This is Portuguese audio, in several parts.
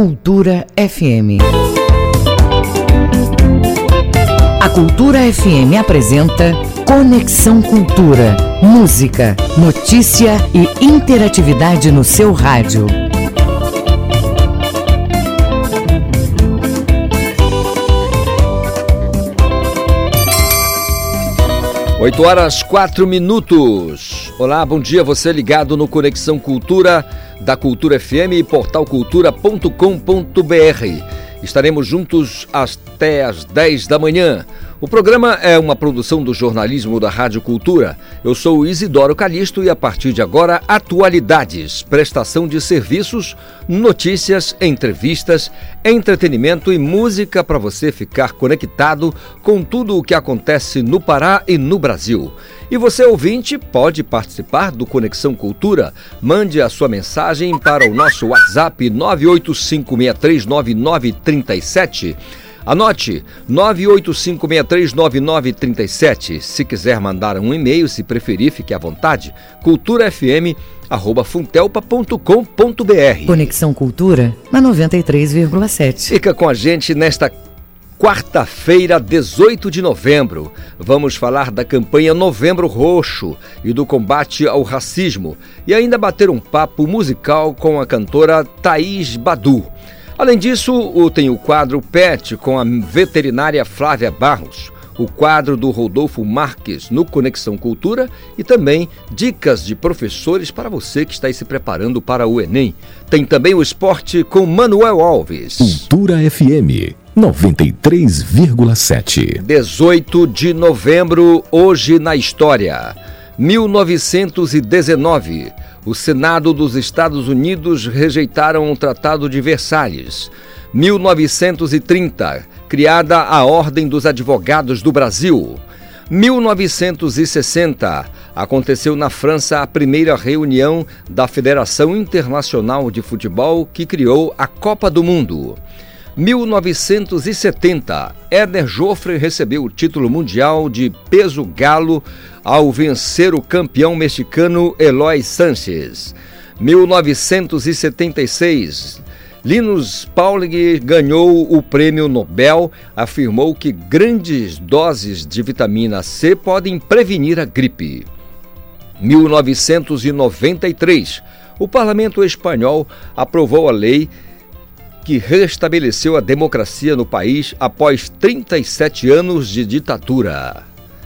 Cultura FM. A Cultura FM apresenta Conexão Cultura, música, notícia e interatividade no seu rádio. 8h04. Olá, bom dia, você ligado no Conexão Cultura da Cultura FM e portal cultura.com.br. Estaremos juntos até às 10 da manhã. O programa é uma produção do jornalismo da Rádio Cultura. Eu sou o Isidoro Calixto e a partir de agora, atualidades, prestação de serviços, notícias, entrevistas, entretenimento e música para você ficar conectado com tudo o que acontece no Pará e no Brasil. E você, ouvinte, pode participar do Conexão Cultura. Mande a sua mensagem para o nosso WhatsApp 985639937. Anote, 985639937. Se quiser mandar um e-mail, se preferir, fique à vontade, culturafm@funtelpa.com.br. Conexão Cultura na 93,7. Fica com a gente nesta quarta-feira, 18 de novembro. Vamos falar da campanha Novembro Roxo e do combate ao racismo. E ainda bater um papo musical com a cantora Thaís Badu. Além disso, tem o quadro PET com a veterinária Flávia Barros, o quadro do Rodolfo Marques no Conexão Cultura e também dicas de professores para você que está se preparando para o Enem. Tem também o esporte com Manuel Alves. Cultura FM 93,7. 18 de novembro, hoje na história. 1919. O Senado dos Estados Unidos rejeitaram o Tratado de Versalhes. 1930, criada a Ordem dos Advogados do Brasil. 1960, aconteceu na França a primeira reunião da Federação Internacional de Futebol que criou a Copa do Mundo. 1970, Éder Joffre recebeu o título mundial de peso galo ao vencer o campeão mexicano Eloy Sánchez. 1976, Linus Pauling ganhou o prêmio Nobel, afirmou que grandes doses de vitamina C podem prevenir a gripe. 1993, o Parlamento espanhol aprovou a lei que restabeleceu a democracia no país após 37 anos de ditadura.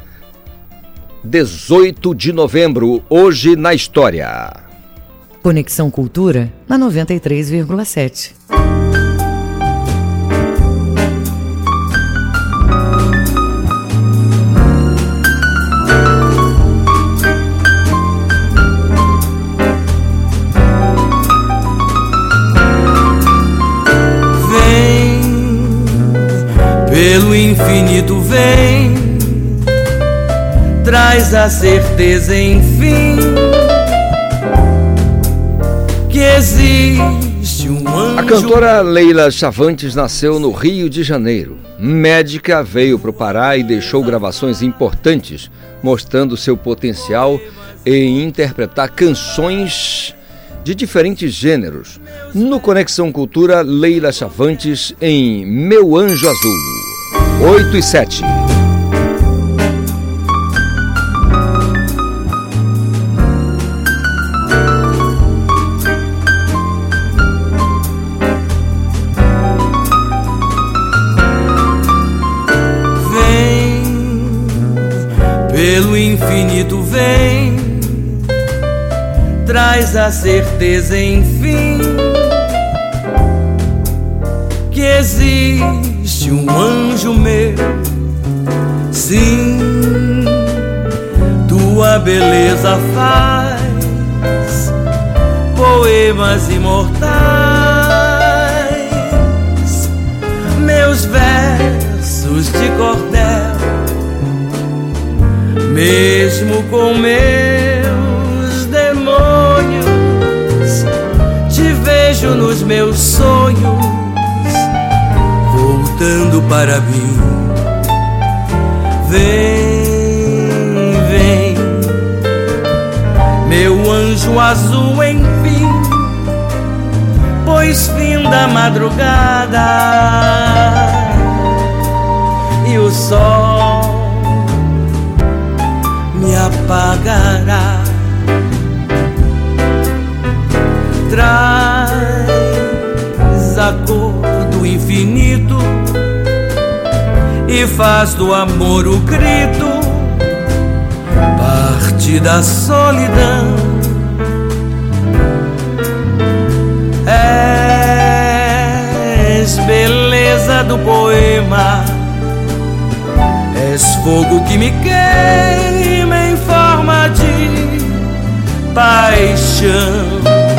18 de novembro, hoje na história. Conexão Cultura na 93,7. Pelo infinito vem, traz a certeza enfim que existe um anjo. A cantora Leila Chavantes nasceu no Rio de Janeiro. Médica, veio para o Pará e deixou gravações importantes, mostrando seu potencial em interpretar canções de diferentes gêneros. No Conexão Cultura, Leila Chavantes em Meu Anjo Azul. 8h07. Vem, pelo infinito vem, traz a certeza enfim que existe um anjo meu. Sim, tua beleza faz poemas imortais, meus versos de cordel, mesmo com meus demônios, te vejo nos meus sonhos, voltando para mim. Vem, vem, meu anjo azul, enfim, pois pois finda a madrugada e o sol me apagará. Traz a cor do infinito e faz do amor o grito, parte da solidão. És beleza do poema, és fogo que me queima em forma de paixão.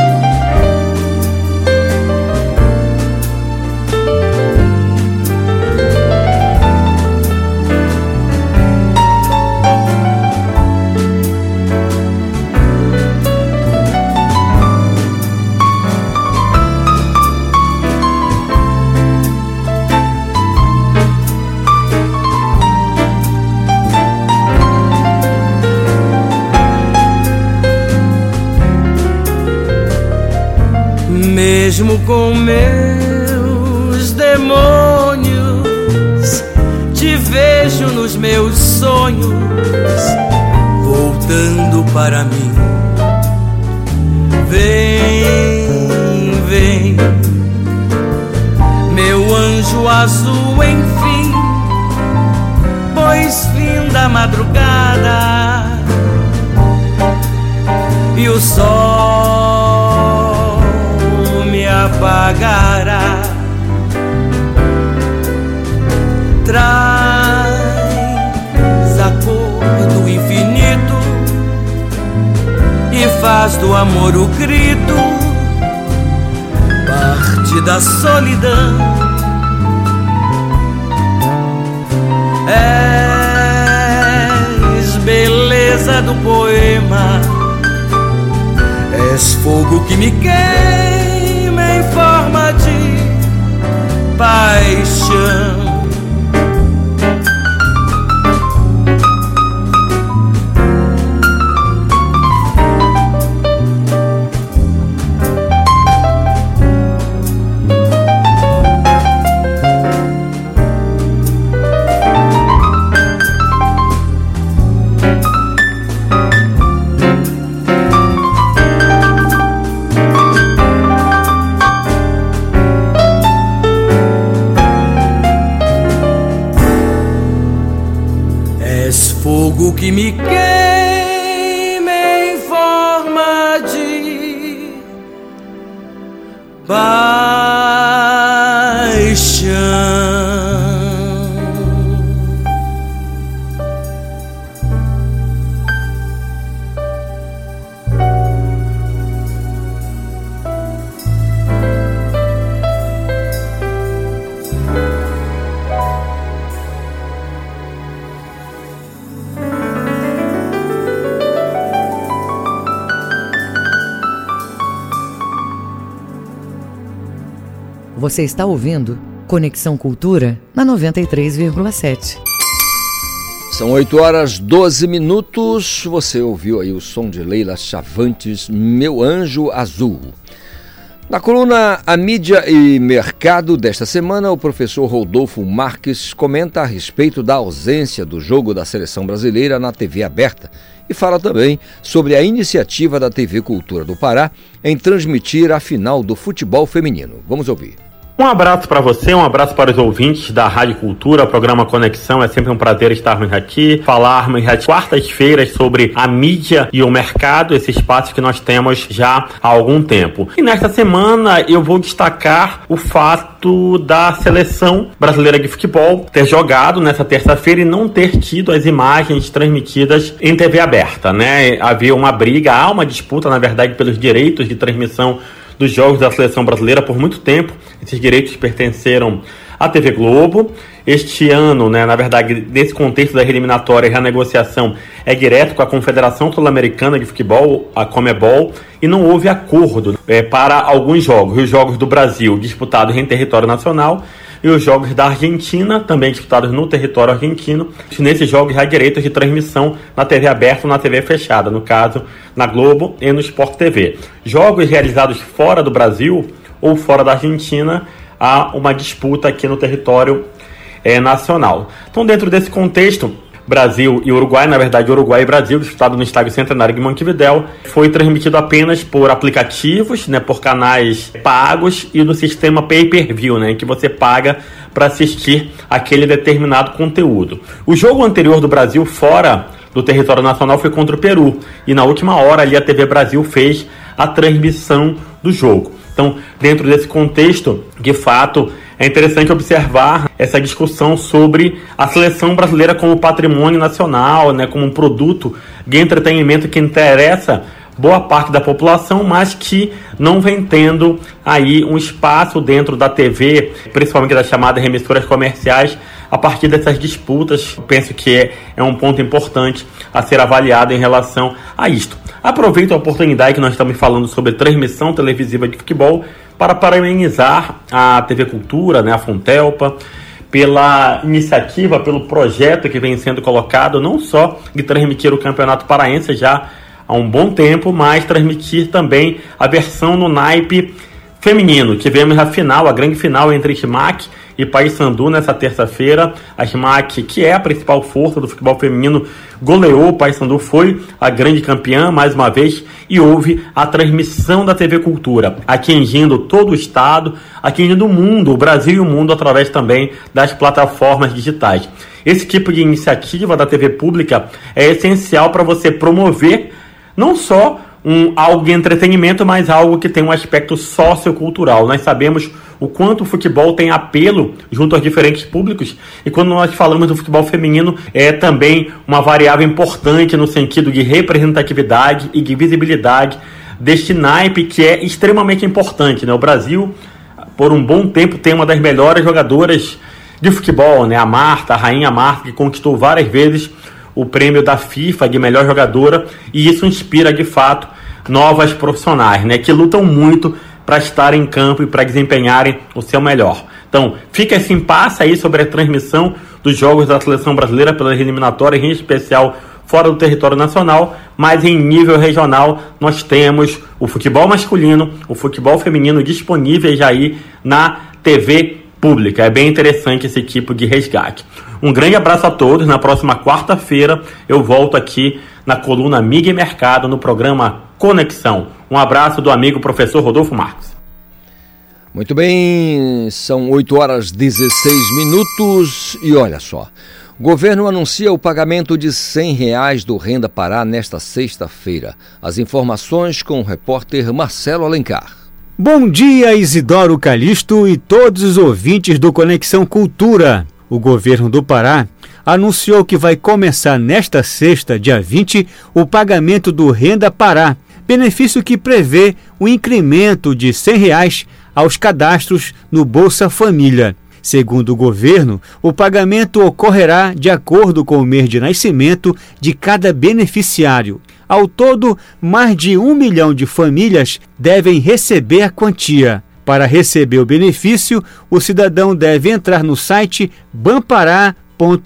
Mesmo com meus demônios, te vejo nos meus sonhos, voltando para mim. Vem, vem, meu anjo azul, enfim, pois finda a madrugada e o sol me apagará. Traz a cor do infinito e faz do amor o grito, parte da solidão. És beleza do poema, és fogo que me queima em forma de paixão. Fogo que me queima em forma de paixão. Você está ouvindo Conexão Cultura na 93,7. São 8h12. Você ouviu aí o som de Leila Chavantes, Meu Anjo Azul. Na coluna A Mídia e Mercado desta semana, o professor Rodolfo Marques comenta a respeito da ausência do jogo da Seleção Brasileira na TV aberta e fala também sobre a iniciativa da TV Cultura do Pará em transmitir a final do futebol feminino. Vamos ouvir. Um abraço para você, um abraço para os ouvintes da Rádio Cultura, programa Conexão. É sempre um prazer estarmos aqui, falarmos às quartas-feiras sobre a mídia e o mercado, esse espaço que nós temos já há algum tempo. E nesta semana eu vou destacar o fato da Seleção Brasileira de Futebol ter jogado nessa terça-feira e não ter tido as imagens transmitidas em TV aberta, né? Havia uma briga, há uma disputa, na verdade, pelos direitos de transmissão dos jogos da Seleção Brasileira por muito tempo. Esses direitos pertenceram à TV Globo. Este ano, né, na verdade, nesse contexto da eliminatória, a negociação é direto com a Confederação Sul-Americana de Futebol, a Conmebol, e não houve acordo para alguns jogos. Os jogos do Brasil disputados em território nacional e os jogos da Argentina, também disputados no território argentino. Nesses jogos há direitos de transmissão na TV aberta ou na TV fechada, no caso, na Globo e no Sport TV. Jogos realizados fora do Brasil, ou fora da Argentina, há uma disputa aqui no território nacional. Então, dentro desse contexto, Brasil e Uruguai, na verdade Uruguai e Brasil, disputado no Estádio Centenário de Montevidéu, foi transmitido apenas por aplicativos, por canais pagos e no sistema pay-per-view, em que você paga para assistir aquele determinado conteúdo. O jogo anterior do Brasil fora do território nacional foi contra o Peru, e na última hora ali a TV Brasil fez a transmissão do jogo. Então, dentro desse contexto, de fato, é interessante observar essa discussão sobre a seleção brasileira como patrimônio nacional, como um produto de entretenimento que interessa boa parte da população, mas que não vem tendo aí um espaço dentro da TV, principalmente das chamadas emissoras comerciais, a partir dessas disputas. Eu penso que é um ponto importante a ser avaliado em relação a isto. Aproveito a oportunidade que nós estamos falando sobre transmissão televisiva de futebol para parabenizar a TV Cultura, a Fontelpa, pela iniciativa, pelo projeto que vem sendo colocado, não só de transmitir o Campeonato Paraense já há um bom tempo, mas transmitir também a versão no naipe feminino. Tivemos a final, a grande final entre SMAC e Paysandu nessa terça-feira. A SMAC, que é a principal força do futebol feminino, goleou. O Paysandu foi a grande campeã mais uma vez, e houve a transmissão da TV Cultura, atingindo todo o estado, atingindo o mundo, o Brasil e o mundo, através também das plataformas digitais. Esse tipo de iniciativa da TV pública é essencial para você promover não só algo de entretenimento, mas algo que tem um aspecto sociocultural. Nós sabemos o quanto o futebol tem apelo junto aos diferentes públicos, e quando nós falamos do futebol feminino, é também uma variável importante no sentido de representatividade e de visibilidade deste naipe, que é extremamente importante. O Brasil, por um bom tempo, tem uma das melhores jogadoras de futebol, a Marta, a Rainha Marta, que conquistou várias vezes o prêmio da FIFA de melhor jogadora, e isso inspira de fato novas profissionais, que lutam muito para estar em campo e para desempenharem o seu melhor. Então, fica esse impasse aí sobre a transmissão dos jogos da seleção brasileira pelas eliminatórias, em especial fora do território nacional, mas em nível regional nós temos o futebol masculino, o futebol feminino disponíveis aí na TV pública. É bem interessante esse tipo de resgate. Um grande abraço a todos. Na próxima quarta-feira eu volto aqui na coluna Mídia e Mercado, no programa Conexão. Um abraço do amigo professor Rodolfo Marques. Muito bem, são 8h16 e olha só. O governo anuncia o pagamento de R$100 do Renda Pará nesta sexta-feira. As informações com o repórter Marcelo Alencar. Bom dia, Isidoro Calixto e todos os ouvintes do Conexão Cultura. O governo do Pará anunciou que vai começar nesta sexta, dia 20, o pagamento do Renda Pará, benefício que prevê um incremento de R$100 aos cadastros no Bolsa Família. Segundo o governo, o pagamento ocorrerá de acordo com o mês de nascimento de cada beneficiário. Ao todo, mais de 1 milhão de famílias devem receber a quantia. Para receber o benefício, o cidadão deve entrar no site banpará.b.br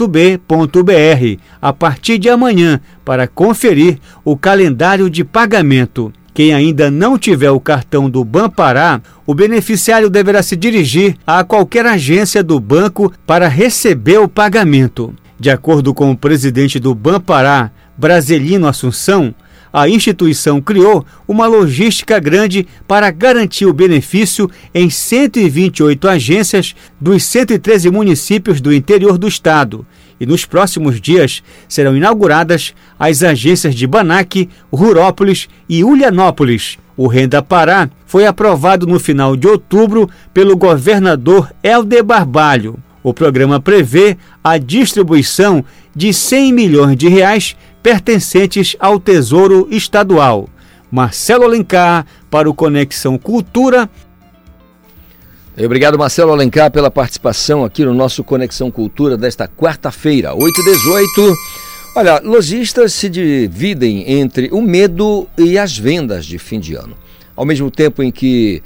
a partir de amanhã para conferir o calendário de pagamento. Quem ainda não tiver o cartão do Banpará, o beneficiário deverá se dirigir a qualquer agência do banco para receber o pagamento. De acordo com o presidente do Banpará, Brasilino Assunção, a instituição criou uma logística grande para garantir o benefício em 128 agências dos 113 municípios do interior do estado. E nos próximos dias serão inauguradas as agências de Banac, Rurópolis e Ulianópolis. O Renda Pará foi aprovado no final de outubro pelo governador Helder Barbalho. O programa prevê a distribuição de R$100 milhões pertencentes ao Tesouro Estadual. Marcelo Alencar para o Conexão Cultura. Obrigado, Marcelo Alencar, pela participação aqui no nosso Conexão Cultura desta quarta-feira, 8h18. Olha, lojistas se dividem entre o medo e as vendas de fim de ano. Ao mesmo tempo em que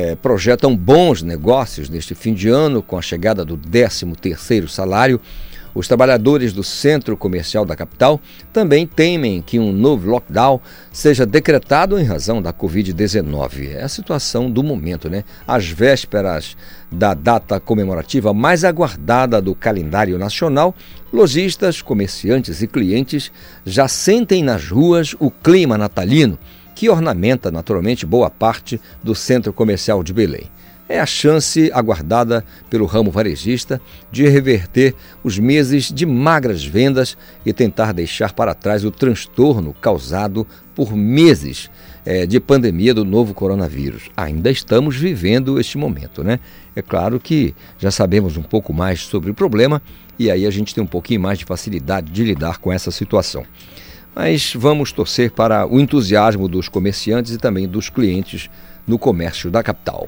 projetam bons negócios neste fim de ano, com a chegada do 13º salário, Os trabalhadores do centro comercial da capital também temem que um novo lockdown seja decretado em razão da Covid-19. É a situação do momento, né? Às vésperas da data comemorativa mais aguardada do calendário nacional, lojistas, comerciantes e clientes já sentem nas ruas o clima natalino, que ornamenta naturalmente boa parte do centro comercial de Belém. É a chance aguardada pelo ramo varejista de reverter os meses de magras vendas e tentar deixar para trás o transtorno causado por meses de pandemia do novo coronavírus. Ainda estamos vivendo este momento, né? É claro que já sabemos um pouco mais sobre o problema e aí a gente tem um pouquinho mais de facilidade de lidar com essa situação. Mas vamos torcer para o entusiasmo dos comerciantes e também dos clientes no comércio da capital.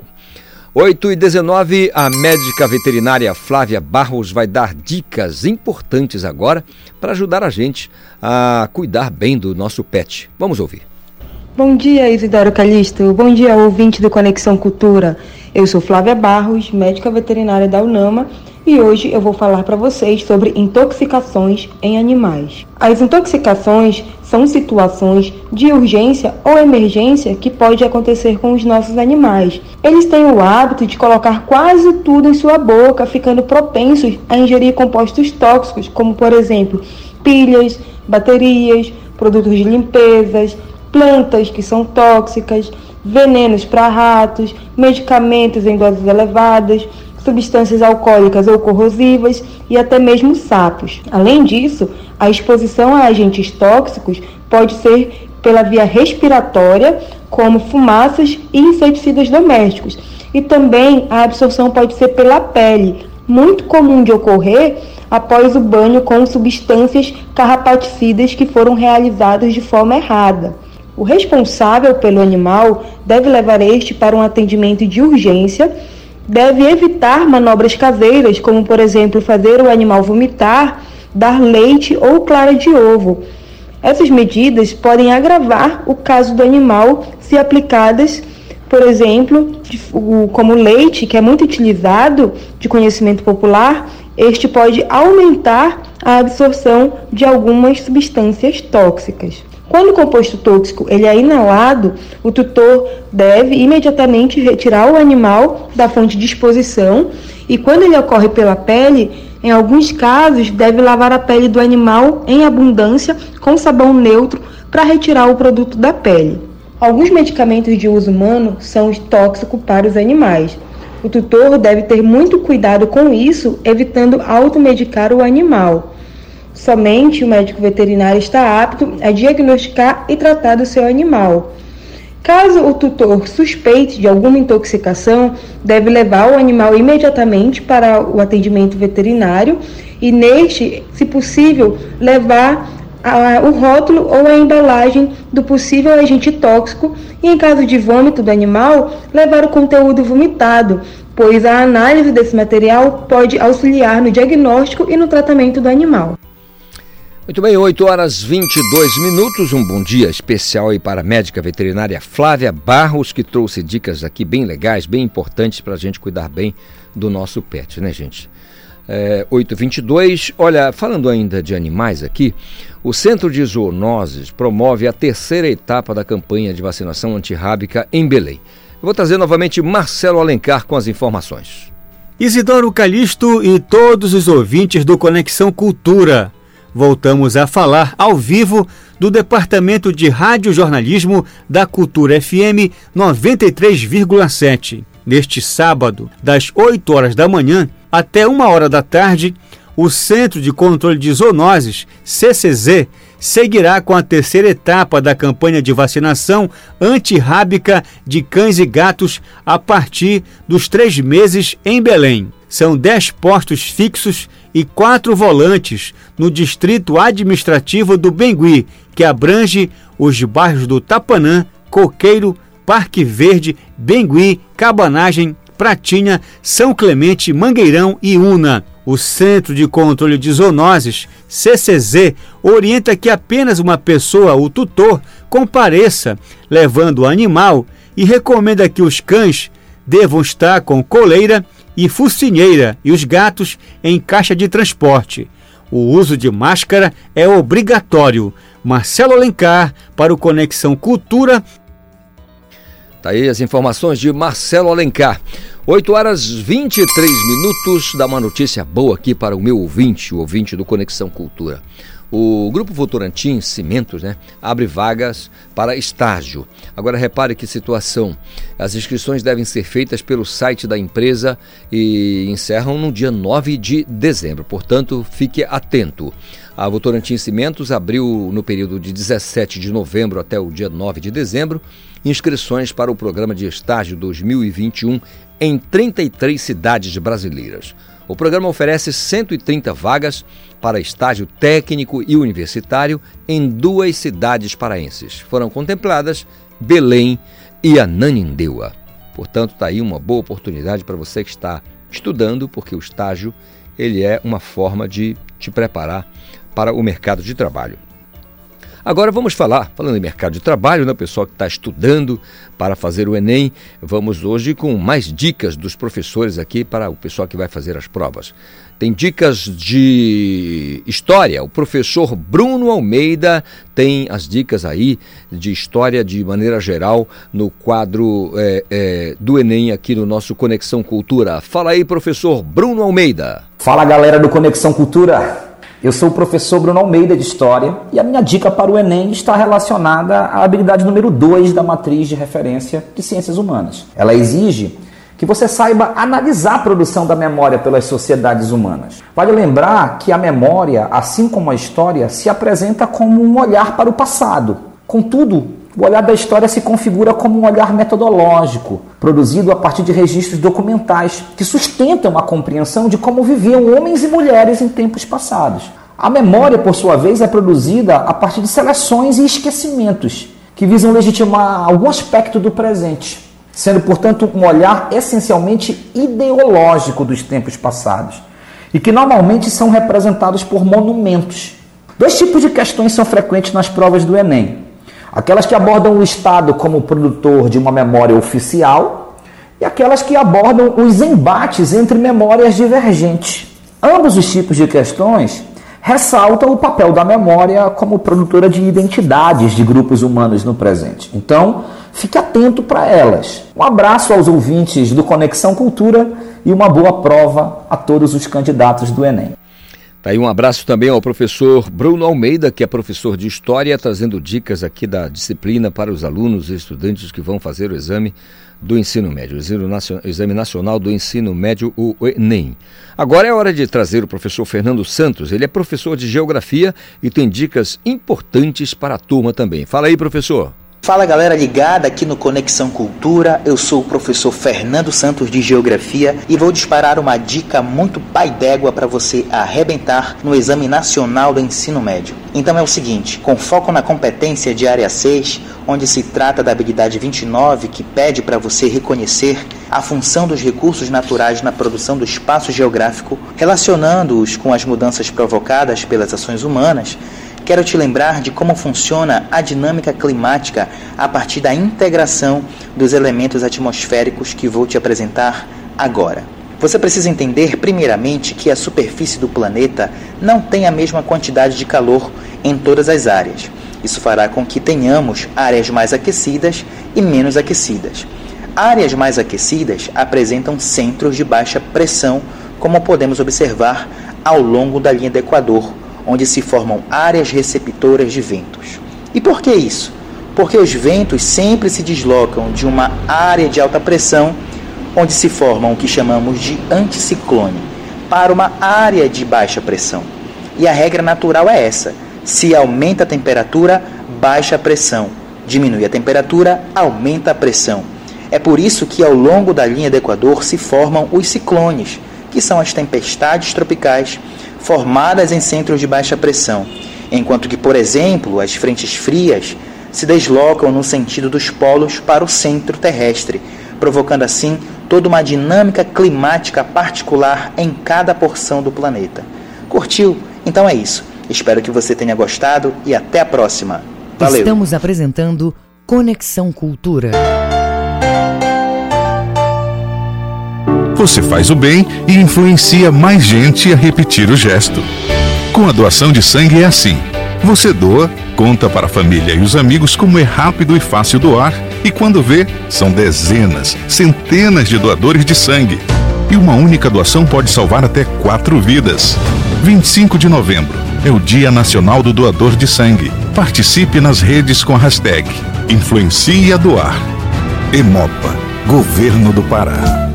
8h19, a médica veterinária Flávia Barros vai dar dicas importantes agora para ajudar a gente a cuidar bem do nosso pet. Vamos ouvir. Bom dia, Isidoro Calixto. Bom dia, ouvinte do Conexão Cultura. Eu sou Flávia Barros, médica veterinária da UNAMA, e hoje eu vou falar para vocês sobre intoxicações em animais. As intoxicações são situações de urgência ou emergência que pode acontecer com os nossos animais. Eles têm o hábito de colocar quase tudo em sua boca, ficando propensos a ingerir compostos tóxicos, como, por exemplo, pilhas, baterias, produtos de limpeza, plantas que são tóxicas, venenos para ratos, medicamentos em doses elevadas, substâncias alcoólicas ou corrosivas e até mesmo sapos. Além disso, a exposição a agentes tóxicos pode ser pela via respiratória, como fumaças e inseticidas domésticos. E também a absorção pode ser pela pele, muito comum de ocorrer após o banho com substâncias carrapaticidas que foram realizadas de forma errada. O responsável pelo animal deve levar este para um atendimento de urgência, deve evitar manobras caseiras, como, por exemplo, fazer o animal vomitar, dar leite ou clara de ovo. Essas medidas podem agravar o caso do animal se aplicadas, por exemplo, como leite, que é muito utilizado de conhecimento popular, este pode aumentar a absorção de algumas substâncias tóxicas. Quando o composto tóxico ele é inalado, o tutor deve imediatamente retirar o animal da fonte de exposição e quando ele ocorre pela pele, em alguns casos, deve lavar a pele do animal em abundância com sabão neutro para retirar o produto da pele. Alguns medicamentos de uso humano são tóxicos para os animais. O tutor deve ter muito cuidado com isso, evitando automedicar o animal. Somente o médico veterinário está apto a diagnosticar e tratar do seu animal. Caso o tutor suspeite de alguma intoxicação, deve levar o animal imediatamente para o atendimento veterinário e, neste, se possível, levar o rótulo ou a embalagem do possível agente tóxico e, em caso de vômito do animal, levar o conteúdo vomitado, pois a análise desse material pode auxiliar no diagnóstico e no tratamento do animal. Muito bem, 8h22, um bom dia especial aí para a médica veterinária Flávia Barros, que trouxe dicas aqui bem legais, bem importantes para a gente cuidar bem do nosso pet, né, gente? 8h22, olha, falando ainda de animais aqui, o Centro de Zoonoses promove a terceira etapa da campanha de vacinação antirrábica em Belém. Eu vou trazer novamente Marcelo Alencar com as informações. Isidoro Calixto e todos os ouvintes do Conexão Cultura. Voltamos a falar ao vivo do Departamento de Radiojornalismo da Cultura FM 93,7. Neste sábado, das 8 horas da manhã até 1 hora da tarde, o Centro de Controle de Zoonoses, CCZ, seguirá com a terceira etapa da campanha de vacinação antirrábica de cães e gatos a partir dos 3 meses em Belém. São 10 postos fixos e 4 volantes no Distrito Administrativo do Bengui, que abrange os bairros do Tapanã, Coqueiro, Parque Verde, Bengui, Cabanagem, Pratinha, São Clemente, Mangueirão e Una. O Centro de Controle de Zoonoses, CCZ, orienta que apenas uma pessoa, o tutor, compareça levando o animal e recomenda que os cães devam estar com coleira e focinheira e os gatos em caixa de transporte. O uso de máscara é obrigatório. Marcelo Alencar para o Conexão Cultura. Tá aí as informações de Marcelo Alencar. 8h23, dá uma notícia boa aqui para o meu ouvinte, o ouvinte do Conexão Cultura. O Grupo Votorantim Cimentos, abre vagas para estágio. Agora repare que situação. As inscrições devem ser feitas pelo site da empresa e encerram no dia 9 de dezembro. Portanto, fique atento. A Votorantim Cimentos abriu no período de 17 de novembro até o dia 9 de dezembro inscrições para o programa de estágio 2021 em 33 cidades brasileiras. O programa oferece 130 vagas para estágio técnico e universitário em 2 cidades paraenses. Foram contempladas Belém e Ananindeua. Portanto, está aí uma boa oportunidade para você que está estudando, porque o estágio ele é uma forma de te preparar para o mercado de trabalho. Agora vamos falando em mercado de trabalho, o pessoal que está estudando para fazer o Enem, vamos hoje com mais dicas dos professores aqui para o pessoal que vai fazer as provas. Tem dicas de história, o professor Bruno Almeida tem as dicas aí de história de maneira geral no quadro do Enem aqui no nosso Conexão Cultura. Fala aí, professor Bruno Almeida. Fala, galera do Conexão Cultura. Eu sou o professor Bruno Almeida de História e a minha dica para o Enem está relacionada à habilidade número 2 da matriz de referência de Ciências Humanas. Ela exige que você saiba analisar a produção da memória pelas sociedades humanas. Vale lembrar que a memória, assim como a história, se apresenta como um olhar para o passado. Contudo, o olhar da história se configura como um olhar metodológico, produzido a partir de registros documentais, que sustentam a compreensão de como viviam homens e mulheres em tempos passados. A memória, por sua vez, é produzida a partir de seleções e esquecimentos, que visam legitimar algum aspecto do presente, sendo, portanto, um olhar essencialmente ideológico dos tempos passados, e que normalmente são representados por monumentos. 2 tipos de questões são frequentes nas provas do Enem. Aquelas que abordam o Estado como produtor de uma memória oficial e aquelas que abordam os embates entre memórias divergentes. Ambos os tipos de questões ressaltam o papel da memória como produtora de identidades de grupos humanos no presente. Então, fique atento para elas. Um abraço aos ouvintes do Conexão Cultura e uma boa prova a todos os candidatos do Enem. Tá aí um abraço também ao professor Bruno Almeida, que é professor de História, trazendo dicas aqui da disciplina para os alunos e estudantes que vão fazer o exame do ensino médio, o Exame Nacional do Ensino Médio, o Enem. Agora é hora de trazer o professor Fernando Santos. Ele é professor de Geografia e tem dicas importantes para a turma também. Fala aí, professor. Fala, galera ligada aqui no Conexão Cultura, eu sou o professor Fernando Santos de Geografia e vou disparar uma dica muito pai d'égua para você arrebentar no Exame Nacional do Ensino Médio. Então é o seguinte, com foco na competência de área 6, onde se trata da habilidade 29, que pede para você reconhecer a função dos recursos naturais na produção do espaço geográfico, relacionando-os com as mudanças provocadas pelas ações humanas, quero te lembrar de como funciona a dinâmica climática a partir da integração dos elementos atmosféricos que vou te apresentar agora. Você precisa entender, primeiramente, que a superfície do planeta não tem a mesma quantidade de calor em todas as áreas. Isso fará com que tenhamos áreas mais aquecidas e menos aquecidas. Áreas mais aquecidas apresentam centros de baixa pressão, como podemos observar ao longo da linha do Equador, onde se formam áreas receptoras de ventos. E por que isso? Porque os ventos sempre se deslocam de uma área de alta pressão, onde se formam o que chamamos de anticiclone, para uma área de baixa pressão. E a regra natural é essa: se aumenta a temperatura, baixa a pressão. Diminui a temperatura, aumenta a pressão. É por isso que ao longo da linha do Equador se formam os ciclones, que são as tempestades tropicais formadas em centros de baixa pressão, enquanto que, por exemplo, as frentes frias se deslocam no sentido dos polos para o centro terrestre, provocando assim toda uma dinâmica climática particular em cada porção do planeta. Curtiu? Então é isso. Espero que você tenha gostado e até a próxima. Valeu! Estamos apresentando Conexão Cultura. Você faz o bem e influencia mais gente a repetir o gesto. Com a doação de sangue é assim. Você doa, conta para a família e os amigos como é rápido e fácil doar, e quando vê, são dezenas, centenas de doadores de sangue. E uma única doação pode salvar até 4 vidas. 25 de novembro é o Dia Nacional do Doador de Sangue. Participe nas redes com a hashtag Influencie a Doar. Hemopa, Governo do Pará.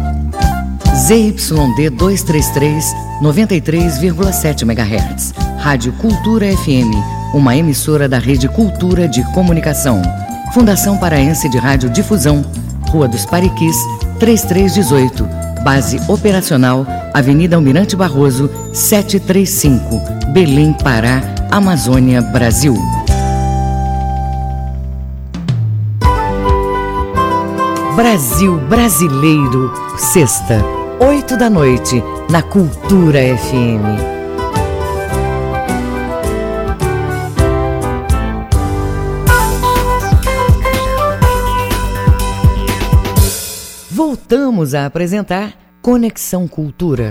ZYD 233, 93,7 MHz. Rádio Cultura FM, uma emissora da Rede Cultura de Comunicação. Fundação Paraense de Rádio Difusão, Rua dos Pariquis, 3318. Base operacional, Avenida Almirante Barroso, 735, Belém, Pará, Amazônia, Brasil. Brasil Brasileiro, sexta, 8 da noite, na Cultura FM. Voltamos a apresentar Conexão Cultura.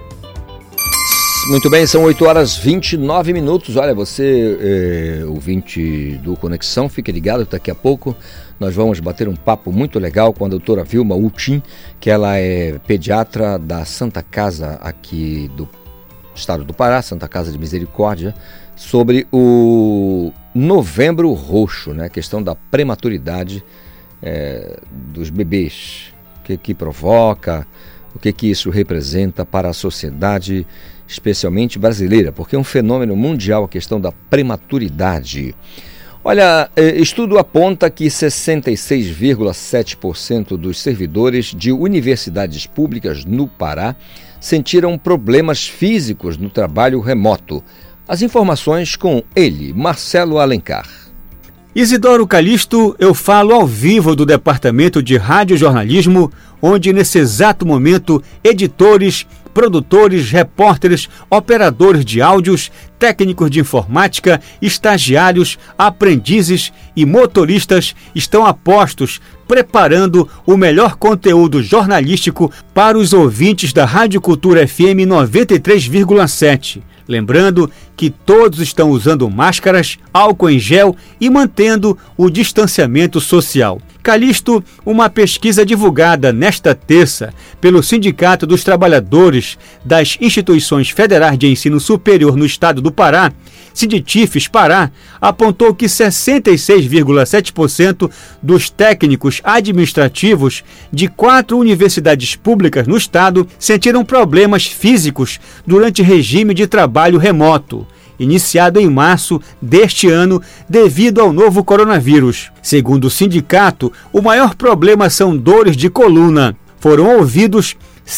Muito bem, são 8 horas 29 minutos. Olha, você, ouvinte do Conexão, fique ligado, daqui a pouco nós vamos bater um papo muito legal com a doutora Vilma Utim, que ela é pediatra da Santa Casa aqui do estado do Pará, Santa Casa de Misericórdia, sobre o Novembro Roxo, né? A questão da prematuridade dos bebês. O que provoca, o que isso representa para a sociedade, especialmente brasileira, porque é um fenômeno mundial a questão da prematuridade. Olha, estudo aponta que 66,7% dos servidores de universidades públicas no Pará sentiram problemas físicos no trabalho remoto. As informações com ele, Marcelo Alencar. Isidoro Calixto, eu falo ao vivo do Departamento de Radiojornalismo, onde nesse exato momento editores, produtores, repórteres, operadores de áudios, técnicos de informática, estagiários, aprendizes e motoristas estão a postos preparando o melhor conteúdo jornalístico para os ouvintes da Rádio Cultura FM 93,7. Lembrando que todos estão usando máscaras, álcool em gel e mantendo o distanciamento social. Calixto, uma pesquisa divulgada nesta terça pelo Sindicato dos Trabalhadores das Instituições Federais de Ensino Superior no Estado do Pará, Sinditifes Pará, apontou que 66,7% dos técnicos administrativos de 4 universidades públicas no estado sentiram problemas físicos durante regime de trabalho remoto, iniciado em março deste ano devido ao novo coronavírus. Segundo o sindicato, o maior problema são dores de coluna. Foram ouvidos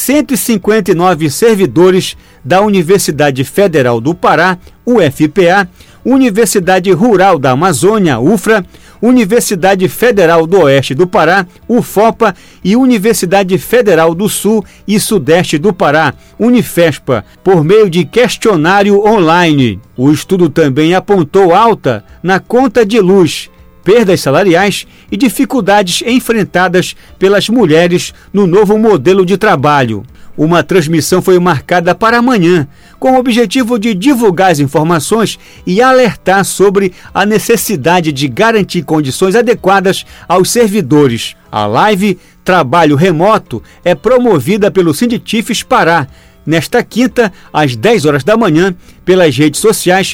159 servidores da Universidade Federal do Pará, UFPA, Universidade Rural da Amazônia, UFRA, Universidade Federal do Oeste do Pará, UFOPA, e Universidade Federal do Sul e Sudeste do Pará, Unifespa, por meio de questionário online. O estudo também apontou alta na conta de luz, perdas salariais e dificuldades enfrentadas pelas mulheres no novo modelo de trabalho. Uma transmissão foi marcada para amanhã, com o objetivo de divulgar as informações e alertar sobre a necessidade de garantir condições adequadas aos servidores. A live Trabalho Remoto é promovida pelo Sinditifes Pará, nesta quinta, às 10 horas da manhã, pelas redes sociais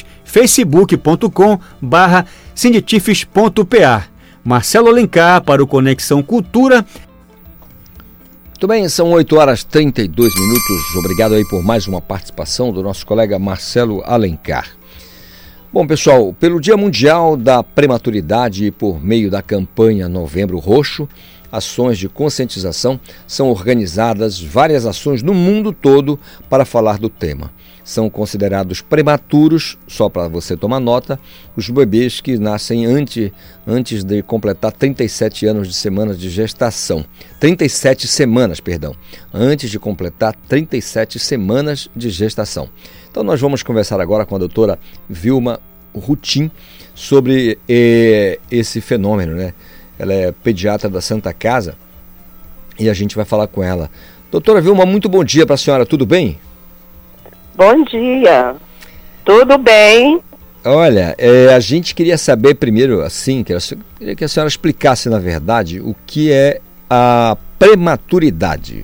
facebook.com/sinditifes.pa. Marcelo Alencar para o Conexão Cultura. Muito bem, são 8 horas 32 minutos. Obrigado aí por mais uma participação do nosso colega Marcelo Alencar. Bom, pessoal, pelo Dia Mundial da Prematuridade e por meio da campanha Novembro Roxo, ações de conscientização, são organizadas várias ações no mundo todo para falar do tema. São considerados prematuros, só para você tomar nota, os bebês que nascem antes de completar 37 anos de semanas de gestação. 37 semanas, perdão. Antes de completar 37 semanas de gestação. Então nós vamos conversar agora com a doutora Vilma Utim sobre esse fenômeno, né? Ela é pediatra da Santa Casa e a gente vai falar com ela. Doutora Vilma, muito bom dia para a senhora, tudo bem? Bom dia. Tudo bem. Olha, a gente queria saber primeiro, assim, queria que a senhora explicasse, na verdade, o que é a prematuridade.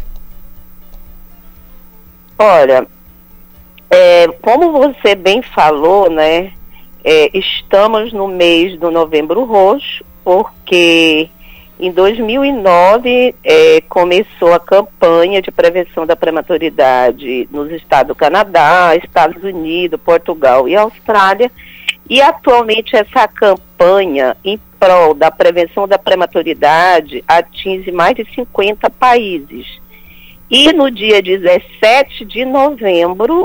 Olha, como você bem falou, né, estamos no mês do Novembro Roxo, porque em 2009 começou a campanha de prevenção da prematuridade nos estados do Canadá, Estados Unidos, Portugal e Austrália, e atualmente essa campanha em prol da prevenção da prematuridade atinge mais de 50 países. E no dia 17 de novembro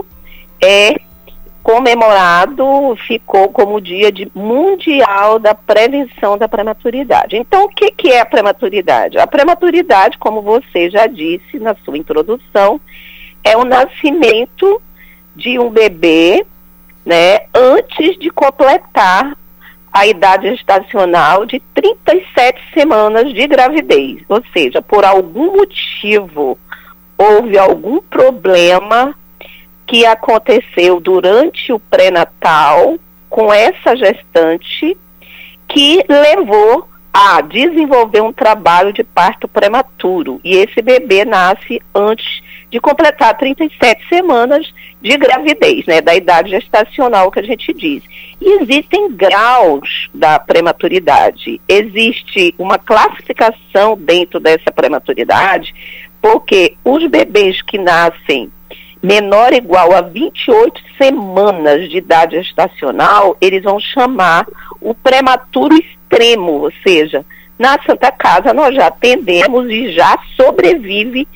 ficou como o Dia Mundial da Prevenção da Prematuridade. Então, o que é a prematuridade? A prematuridade, como você já disse na sua introdução, é o nascimento de um bebê, né, antes de completar a idade gestacional de 37 semanas de gravidez. Ou seja, por algum motivo, houve algum problema que aconteceu durante o pré-natal com essa gestante que levou a desenvolver um trabalho de parto prematuro. E esse bebê nasce antes de completar 37 semanas de gravidez, né, da idade gestacional que a gente diz. E existem graus da prematuridade. Existe uma classificação dentro dessa prematuridade, porque os bebês que nascem menor ou igual a 28 semanas de idade gestacional, eles vão chamar o prematuro extremo, ou seja, na Santa Casa nós já atendemos e já sobrevive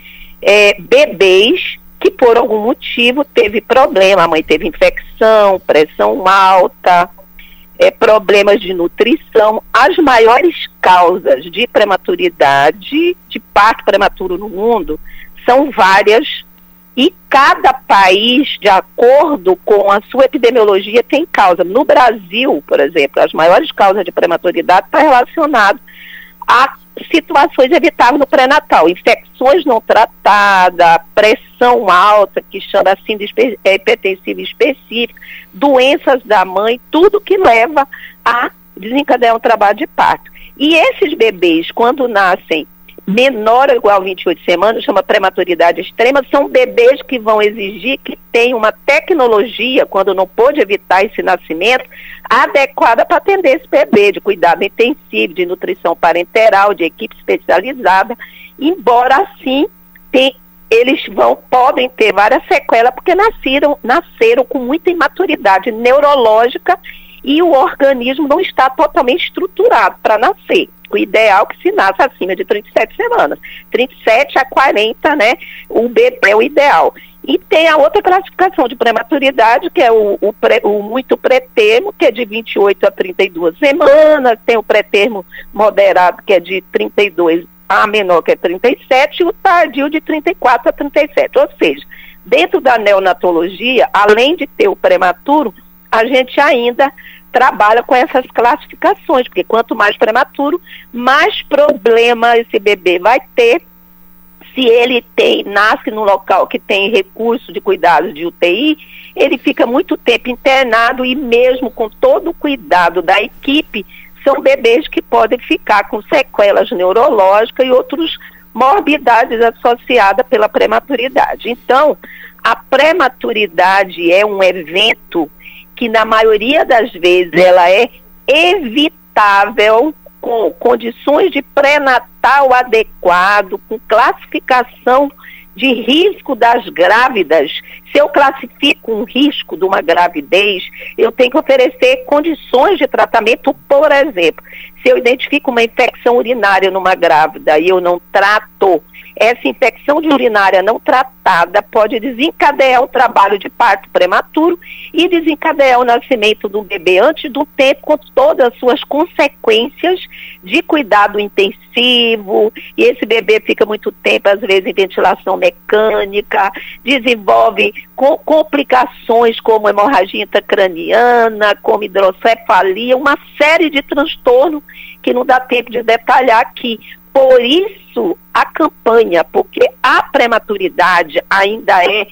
bebês que por algum motivo teve problema, a mãe teve infecção, pressão alta, problemas de nutrição. As maiores causas de prematuridade, de parto prematuro no mundo, são várias. E cada país, de acordo com a sua epidemiologia, tem causa. No Brasil, por exemplo, as maiores causas de prematuridade estão relacionadas a situações evitáveis no pré-natal. Infecções não tratadas, pressão alta, que chama assim de hipertensiva específica, doenças da mãe, tudo que leva a desencadear um trabalho de parto. E esses bebês, quando nascem menor ou igual a 28 semanas, chama prematuridade extrema, são bebês que vão exigir que tenham uma tecnologia, quando não pôde evitar esse nascimento, adequada para atender esse bebê, de cuidado intensivo, de nutrição parenteral, de equipe especializada, embora assim eles podem ter várias sequelas, porque nasceram com muita imaturidade neurológica e o organismo não está totalmente estruturado para nascer. O ideal é que se nasça acima de 37 semanas. 37 a 40, né? O bebê é o ideal. E tem a outra classificação de prematuridade, que é o muito pré-termo, que é de 28 a 32 semanas. Tem o pré-termo moderado, que é de 32 a menor, que é 37, e o tardio de 34 a 37. Ou seja, dentro da neonatologia, além de ter o prematuro, a gente ainda trabalha com essas classificações, porque quanto mais prematuro, mais problema esse bebê vai ter. Se ele nasce num local que tem recurso de cuidados de UTI, ele fica muito tempo internado e mesmo com todo o cuidado da equipe, são bebês que podem ficar com sequelas neurológicas e outras morbidades associadas pela prematuridade. Então, a prematuridade é um evento que na maioria das vezes ela é evitável com condições de pré-natal adequado, com classificação de risco das grávidas. Se eu classifico um risco de uma gravidez, eu tenho que oferecer condições de tratamento. Por exemplo, se eu identifico uma infecção urinária numa grávida e eu não trato, essa infecção de urinária não tratada pode desencadear o trabalho de parto prematuro e desencadear o nascimento do bebê antes do tempo, com todas as suas consequências de cuidado intensivo, e esse bebê fica muito tempo, às vezes, em ventilação mecânica, desenvolve complicações como hemorragia intracraniana, como hidrocefalia, uma série de transtornos que não dá tempo de detalhar aqui. Por isso, a campanha, porque a prematuridade ainda é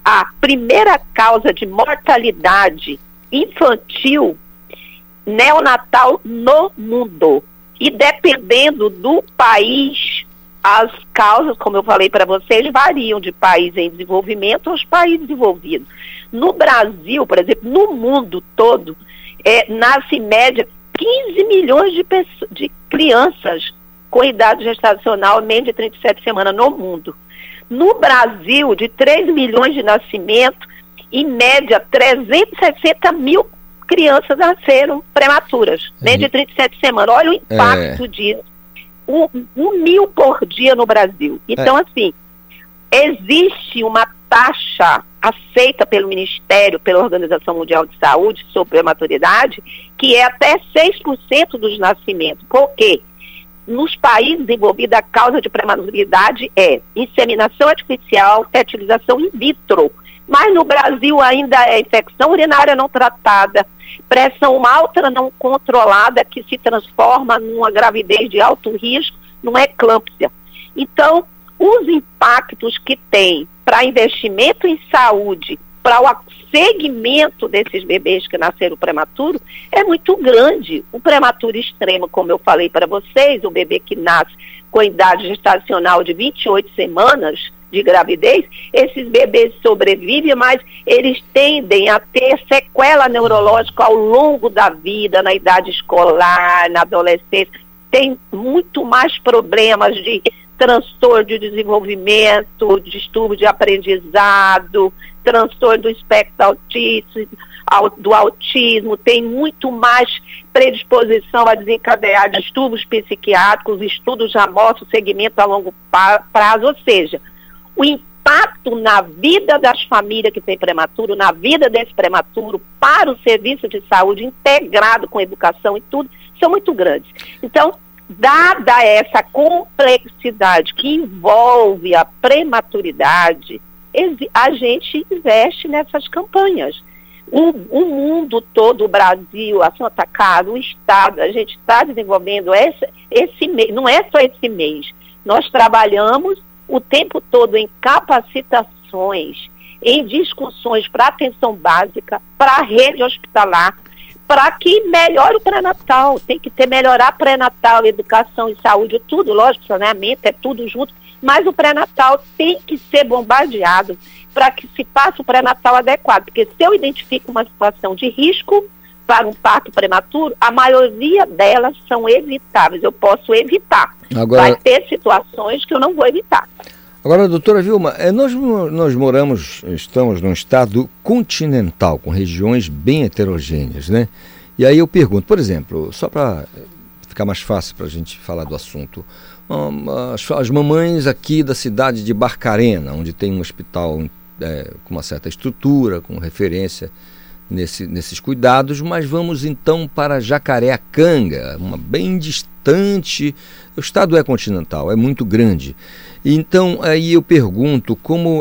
a primeira causa de mortalidade infantil neonatal no mundo. E dependendo do país, as causas, como eu falei para vocês, variam de país em desenvolvimento aos países desenvolvidos. No Brasil, por exemplo, no mundo todo, nasce em média 15 milhões de crianças com idade gestacional menos de 37 semanas no mundo. No Brasil, de 3 milhões de nascimentos, em média 360 mil crianças nasceram prematuras, menos de 37 semanas. Olha o impacto disso. 1.000 por dia no Brasil. Então, assim, existe uma taxa aceita pelo Ministério, pela Organização Mundial de Saúde sobre prematuridade, que é até 6% dos nascimentos. Por quê? Nos países envolvidos, a causa de prematuridade é inseminação artificial, fertilização in vitro. Mas no Brasil ainda é infecção urinária não tratada, pressão alta não controlada, que se transforma numa gravidez de alto risco, numa eclâmpsia. Então, os impactos que tem para investimento em saúde, para o segmento desses bebês que nasceram prematuro, é muito grande. O prematuro extremo, como eu falei para vocês, o bebê que nasce com idade gestacional de 28 semanas de gravidez, esses bebês sobrevivem, mas eles tendem a ter sequela neurológica ao longo da vida, na idade escolar, na adolescência. Tem muito mais problemas de transtorno de desenvolvimento, distúrbio de aprendizado, transtorno do espectro do autismo, tem muito mais predisposição a desencadear distúrbios psiquiátricos. Estudos já mostram segmento a longo prazo, ou seja, o impacto na vida das famílias que têm prematuro, na vida desse prematuro, para o serviço de saúde integrado com educação e tudo, são muito grandes. Então, dada essa complexidade que envolve a prematuridade, a gente investe nessas campanhas. O mundo todo, o Brasil, a Santa Casa, o Estado, a gente está desenvolvendo esse mês, não é só esse mês, nós trabalhamos o tempo todo em capacitações, em discussões para atenção básica, para a rede hospitalar, para que melhore o pré-natal. Tem que melhorar pré-natal, educação e saúde, tudo, lógico, saneamento, é tudo junto, mas o pré-natal tem que ser bombardeado para que se faça o pré-natal adequado, porque se eu identifico uma situação de risco para um parto prematuro, a maioria delas são evitáveis, eu posso evitar. Agora, vai ter situações que eu não vou evitar. Agora, doutora Vilma, nós estamos num estado continental, com regiões bem heterogêneas, né? E aí eu pergunto, por exemplo, só para ficar mais fácil para a gente falar do assunto, as mamães aqui da cidade de Barcarena, onde tem um hospital com uma certa estrutura, com referência nesses cuidados, mas vamos então para Jacareacanga, uma bem distante. O estado é continental, é muito grande. Então aí eu pergunto como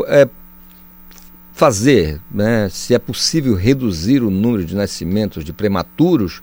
fazer, né, se é possível reduzir o número de nascimentos de prematuros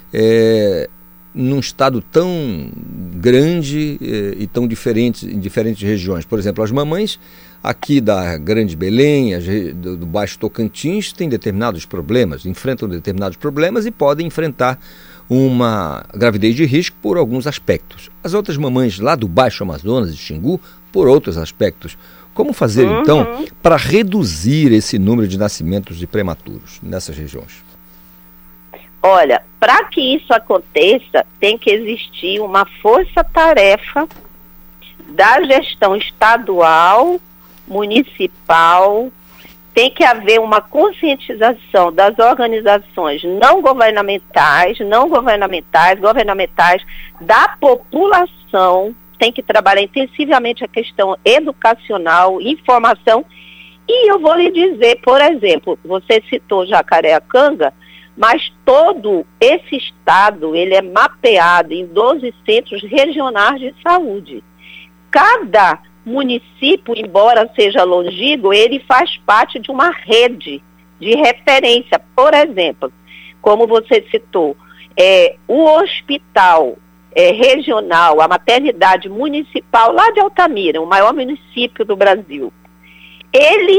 num estado tão grande e tão diferente em diferentes regiões. Por exemplo, as mamães aqui da Grande Belém, do Baixo Tocantins, têm determinados problemas, enfrentam determinados problemas e podem enfrentar uma gravidez de risco por alguns aspectos. As outras mamães lá do Baixo Amazonas, de Xingu, por outros aspectos. Como fazer, então, para reduzir esse número de nascimentos de prematuros nessas regiões? Olha, para que isso aconteça, tem que existir uma força-tarefa da gestão estadual, municipal, tem que haver uma conscientização das organizações não governamentais, governamentais, da população, tem que trabalhar intensivamente a questão educacional, informação. E eu vou lhe dizer, por exemplo, você citou Jacareacanga, mas todo esse estado, ele é mapeado em 12 centros regionais de saúde. Cada município, embora seja longínquo, ele faz parte de uma rede de referência. Por exemplo, como você citou, o hospital regional, a maternidade municipal lá de Altamira, o maior município do Brasil, ele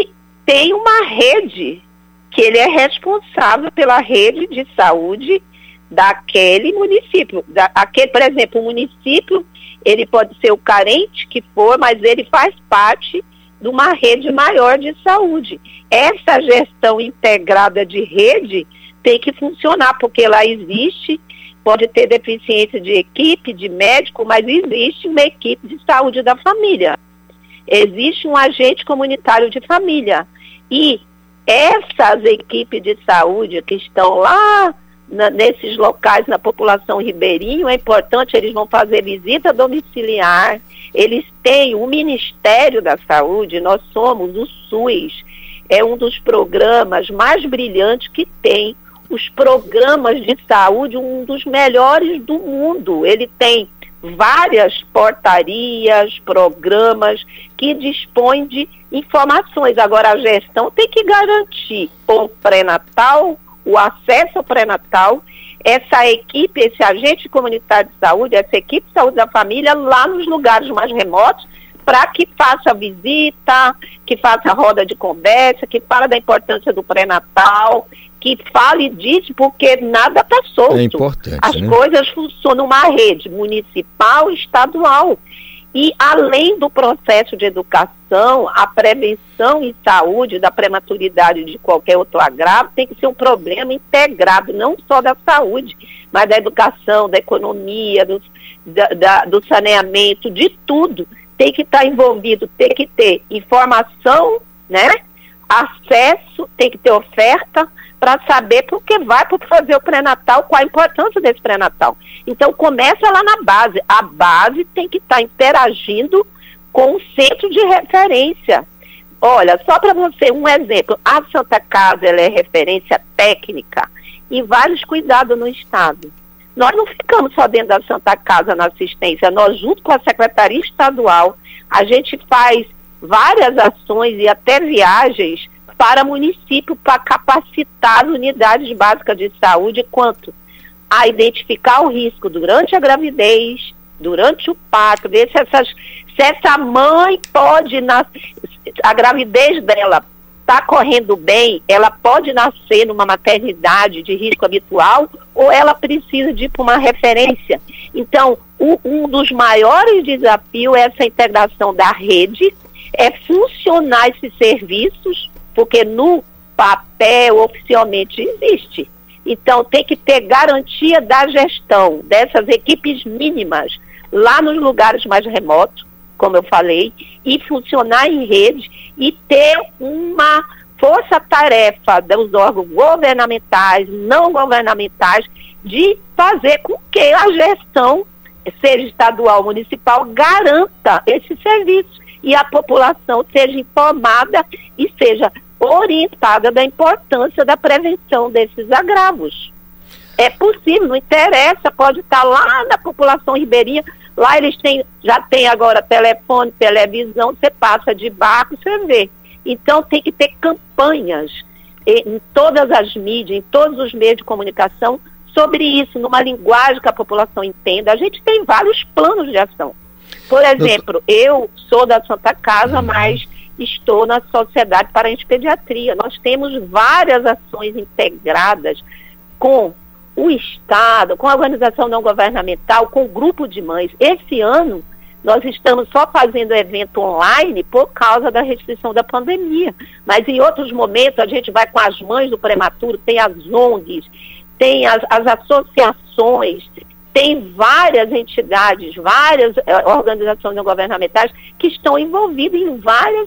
tem uma rede, que ele é responsável pela rede de saúde daquele município. Por exemplo, o município, ele pode ser o carente que for, mas ele faz parte de uma rede maior de saúde. Essa gestão integrada de rede tem que funcionar, porque lá existe, pode ter deficiência de equipe, de médico, mas existe uma equipe de saúde da família. Existe um agente comunitário de família. E essas equipes de saúde que estão lá nesses locais, na população ribeirinho, é importante, eles vão fazer visita domiciliar, eles têm o Ministério da Saúde, nós somos o SUS, é um dos programas mais brilhantes que tem, os programas de saúde, um dos melhores do mundo. Ele tem várias portarias, programas que dispõem de informações. Agora, a gestão tem que garantir o pré-natal, o acesso ao pré-natal, essa equipe, esse agente comunitário de saúde, essa equipe de saúde da família lá nos lugares mais remotos, para que faça visita, que faça roda de conversa, que fale da importância do pré-natal, que fale disso, porque nada está solto. É importante, as né? coisas funcionam numa rede municipal e estadual. E além do processo de educação, a prevenção em saúde da prematuridade de qualquer outro agravo tem que ser um problema integrado, não só da saúde, mas da educação, da economia, do saneamento, de tudo. Tem que estar envolvido, tem que ter informação, né? Acesso, tem que ter oferta, para saber por que vai para fazer o pré-natal, qual a importância desse pré-natal. Então, começa lá na base. A base tem que estar interagindo com o centro de referência. Olha, só para você, um exemplo, a Santa Casa, ela é referência técnica em vários cuidados no Estado. Nós não ficamos só dentro da Santa Casa na assistência, nós, junto com a Secretaria Estadual, a gente faz várias ações e até viagens para município, para capacitar as unidades básicas de saúde quanto a identificar o risco durante a gravidez, durante o parto, ver se essa mãe pode, a gravidez dela está correndo bem, ela pode nascer numa maternidade de risco habitual ou ela precisa de ir para uma referência. Então, um dos maiores desafios é essa integração da rede, é funcionar esses serviços, porque no papel oficialmente existe. Então tem que ter garantia da gestão dessas equipes mínimas lá nos lugares mais remotos, como eu falei, e funcionar em rede e ter uma força-tarefa dos órgãos governamentais, não governamentais, de fazer com que a gestão, seja estadual ou municipal, garanta esse serviço e a população seja informada e seja orientada da importância da prevenção desses agravos. É possível, não interessa, pode estar lá na população ribeirinha, lá eles já têm agora telefone, televisão, você passa de barco, você vê. Então tem que ter campanhas em todas as mídias, em todos os meios de comunicação, sobre isso, numa linguagem que a população entenda. A gente tem vários planos de ação. Por exemplo, eu sou da Santa Casa, mas estou na Sociedade Paraense Pediatria. Nós temos várias ações integradas com o Estado, com a organização não governamental, com o grupo de mães. Esse ano, nós estamos só fazendo evento online por causa da restrição da pandemia. Mas em outros momentos, a gente vai com as mães do prematuro, tem as ONGs, tem as associações, tem várias entidades, várias organizações não governamentais que estão envolvidas em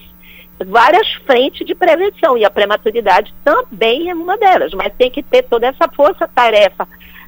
várias frentes de prevenção, e a prematuridade também é uma delas, mas tem que ter toda essa força-tarefa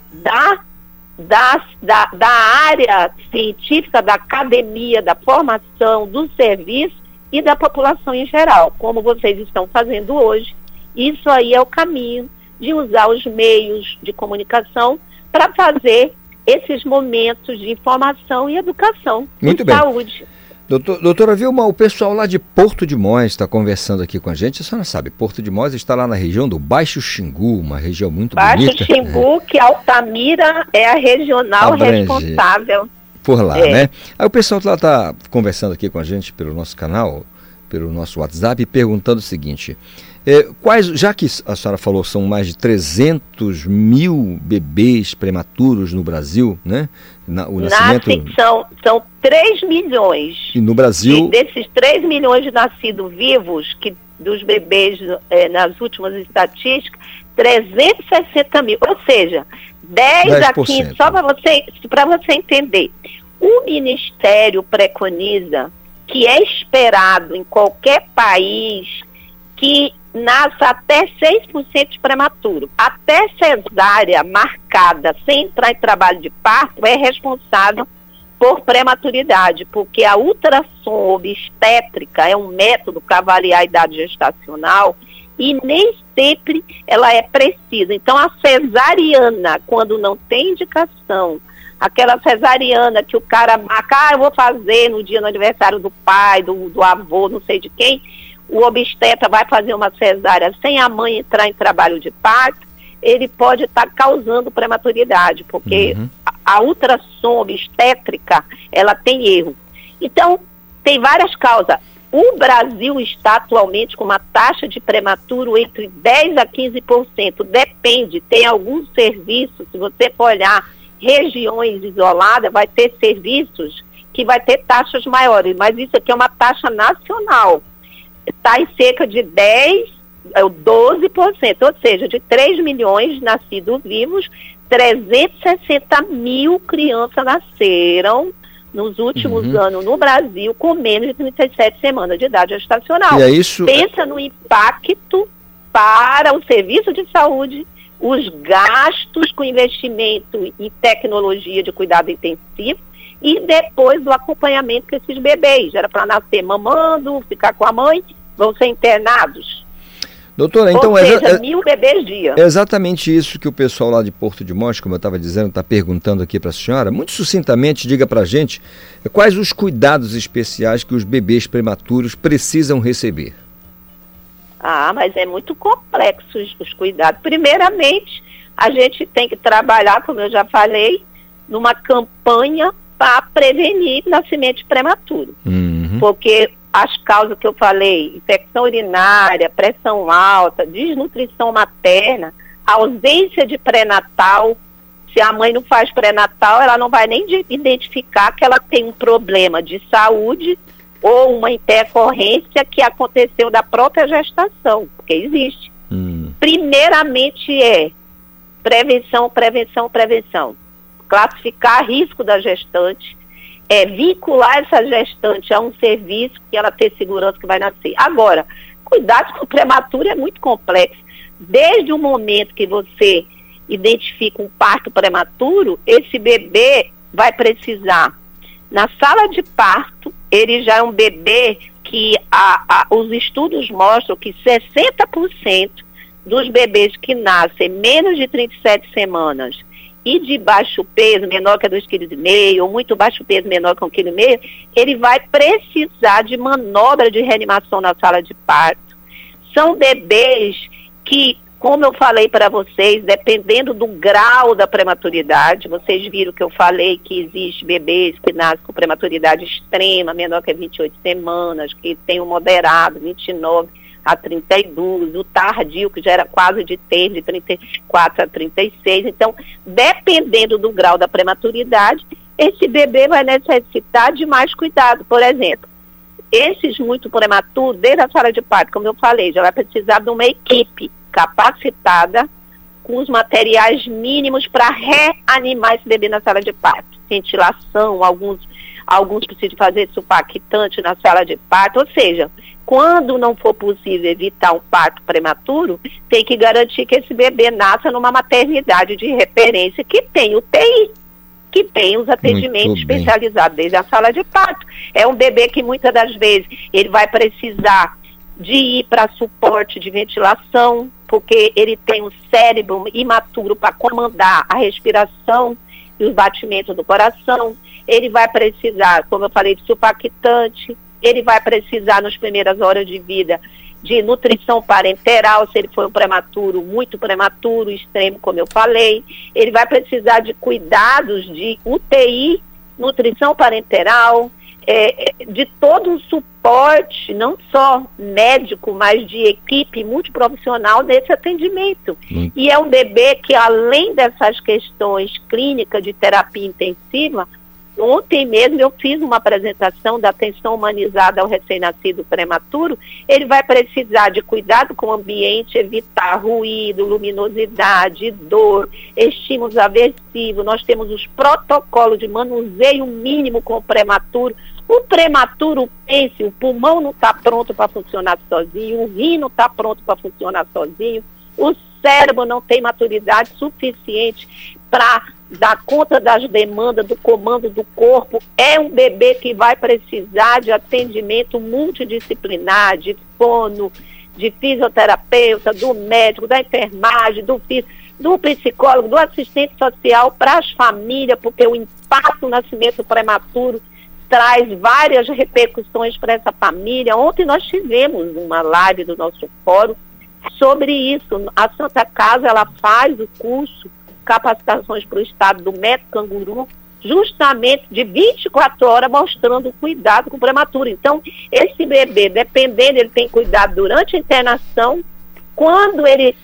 da área científica, da academia, da formação, do serviço e da população em geral, como vocês estão fazendo hoje. Isso aí é o caminho de usar os meios de comunicação para fazer esses momentos de informação e educação Muito e bem. saúde. Doutora Vilma, o pessoal lá de Porto de Mós está conversando aqui com a gente. A senhora sabe, Porto de Mós está lá na região do Baixo Xingu, uma região muito bonita. Baixo Xingu, que Altamira é a regional responsável. Por lá, né? Aí o pessoal lá está conversando aqui com a gente pelo nosso canal, pelo nosso WhatsApp perguntando o seguinte: já que a senhora falou são mais de 300 mil bebês prematuros no Brasil, né? São 3 milhões. E no Brasil... E desses 3 milhões de nascidos vivos, dos bebês, nas últimas estatísticas, 360 mil. Ou seja, 10 a 15, só para você entender. O Ministério preconiza que é esperado em qualquer país que nasça até 6% de prematuro. Até cesárea marcada sem entrar em trabalho de parto é responsável por prematuridade, porque a ultrassom obstétrica é um método para avaliar a idade gestacional e nem sempre ela é precisa. Então, a cesariana, quando não tem indicação, aquela cesariana que o cara marca, eu vou fazer no dia do aniversário do pai, do avô, não sei de quem, o obstetra vai fazer uma cesárea sem a mãe entrar em trabalho de parto, ele pode estar causando prematuridade, porque a ultrassom obstétrica, ela tem erro. Então, tem várias causas. O Brasil está atualmente com uma taxa de prematuro entre 10% a 15%. Depende, tem alguns serviços, se você for olhar regiões isoladas, vai ter serviços que vai ter taxas maiores, mas isso aqui é uma taxa nacional. Está em cerca de 12%, ou seja, de 3 milhões de nascidos vivos, 360 mil crianças nasceram nos últimos anos no Brasil com menos de 37 semanas de idade gestacional. E é isso... Pensa no impacto para o serviço de saúde, os gastos com investimento em tecnologia de cuidado intensivo e depois do acompanhamento com esses bebês. Era para nascer mamando, ficar com a mãe, vão ser internados. Doutora, então... Ou seja, 1.000 bebês dia. É exatamente isso que o pessoal lá de Porto de Mós, como eu estava dizendo, está perguntando aqui para a senhora. Muito sucintamente, diga para a gente quais os cuidados especiais que os bebês prematuros precisam receber. Mas é muito complexo os cuidados. Primeiramente, a gente tem que trabalhar, como eu já falei, numa campanha para prevenir nascimento prematuro. Porque as causas que eu falei, infecção urinária, pressão alta, desnutrição materna, ausência de pré-natal. Se a mãe não faz pré-natal, ela não vai nem identificar que ela tem um problema de saúde ou uma intercorrência que aconteceu da própria gestação, porque existe. Primeiramente prevenção. Classificar risco da gestante, vincular essa gestante a um serviço que ela ter segurança que vai nascer. Agora, cuidado com o prematuro é muito complexo. Desde o momento que você identifica um parto prematuro, esse bebê vai precisar, na sala de parto, ele já é um bebê que os estudos mostram que 60% dos bebês que nascem menos de 37 semanas e de baixo peso, menor que 2,5 kg, ou muito baixo peso, menor que 1,5 kg, ele vai precisar de manobra de reanimação na sala de parto. São bebês que, como eu falei para vocês, dependendo do grau da prematuridade, vocês viram que eu falei que existe bebês que nascem com prematuridade extrema, menor que 28 semanas, que tem o moderado, 29 a 32, o tardio, que já era quase de 34 a 36. Então, dependendo do grau da prematuridade, esse bebê vai necessitar de mais cuidado. Por exemplo, esses muito prematuros, desde a sala de parto, como eu falei, já vai precisar de uma equipe capacitada com os materiais mínimos para reanimar esse bebê na sala de parto. Ventilação, alguns precisam fazer sulfactante na sala de parto, ou seja, quando não for possível evitar um parto prematuro, tem que garantir que esse bebê nasça numa maternidade de referência que tem UTI, que tem os atendimentos especializados desde a sala de parto. É um bebê que muitas das vezes ele vai precisar de ir para suporte de ventilação, porque ele tem um cérebro imaturo para comandar a respiração e os batimentos do coração. Ele vai precisar, como eu falei, de sulfactante. Ele vai precisar, nas primeiras horas de vida, de nutrição parenteral, se ele for um prematuro, muito prematuro, extremo, como eu falei. Ele vai precisar de cuidados de UTI, nutrição parenteral, de todo um suporte, não só médico, mas de equipe multiprofissional desse atendimento. E é um bebê que, além dessas questões clínicas de terapia intensiva, ontem mesmo eu fiz uma apresentação da atenção humanizada ao recém-nascido prematuro. Ele vai precisar de cuidado com o ambiente, evitar ruído, luminosidade, dor, estímulos aversivos. Nós temos os protocolos de manuseio mínimo com o prematuro. O prematuro, pense, o pulmão não está pronto para funcionar sozinho, o rim não está pronto para funcionar sozinho, o cérebro não tem maturidade suficiente para dar conta das demandas, do comando do corpo. É um bebê que vai precisar de atendimento multidisciplinar, de fono, de fisioterapeuta, do médico, da enfermagem, do psicólogo, do assistente social para as famílias, porque o impacto do nascimento prematuro traz várias repercussões para essa família. Ontem nós tivemos uma live do nosso fórum sobre isso. A Santa Casa, ela faz o curso Capacitações para o Estado do Método Canguru, justamente de 24 horas, mostrando o cuidado com o prematuro. Então, esse bebê, dependendo, ele tem cuidado durante a internação, quando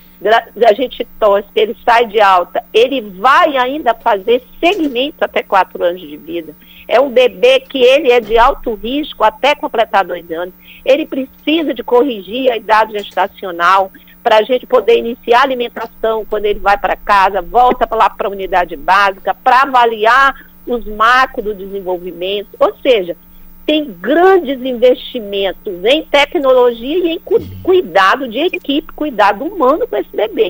a gente torce, ele sai de alta, ele vai ainda fazer segmento até 4 anos de vida. É um bebê que ele é de alto risco até completar 2 anos. Ele precisa de corrigir a idade gestacional para a gente poder iniciar a alimentação quando ele vai para casa, volta lá para a unidade básica, para avaliar os marcos do desenvolvimento. Ou seja, tem grandes investimentos em tecnologia e em cuidado de equipe, cuidado humano com esse bebê.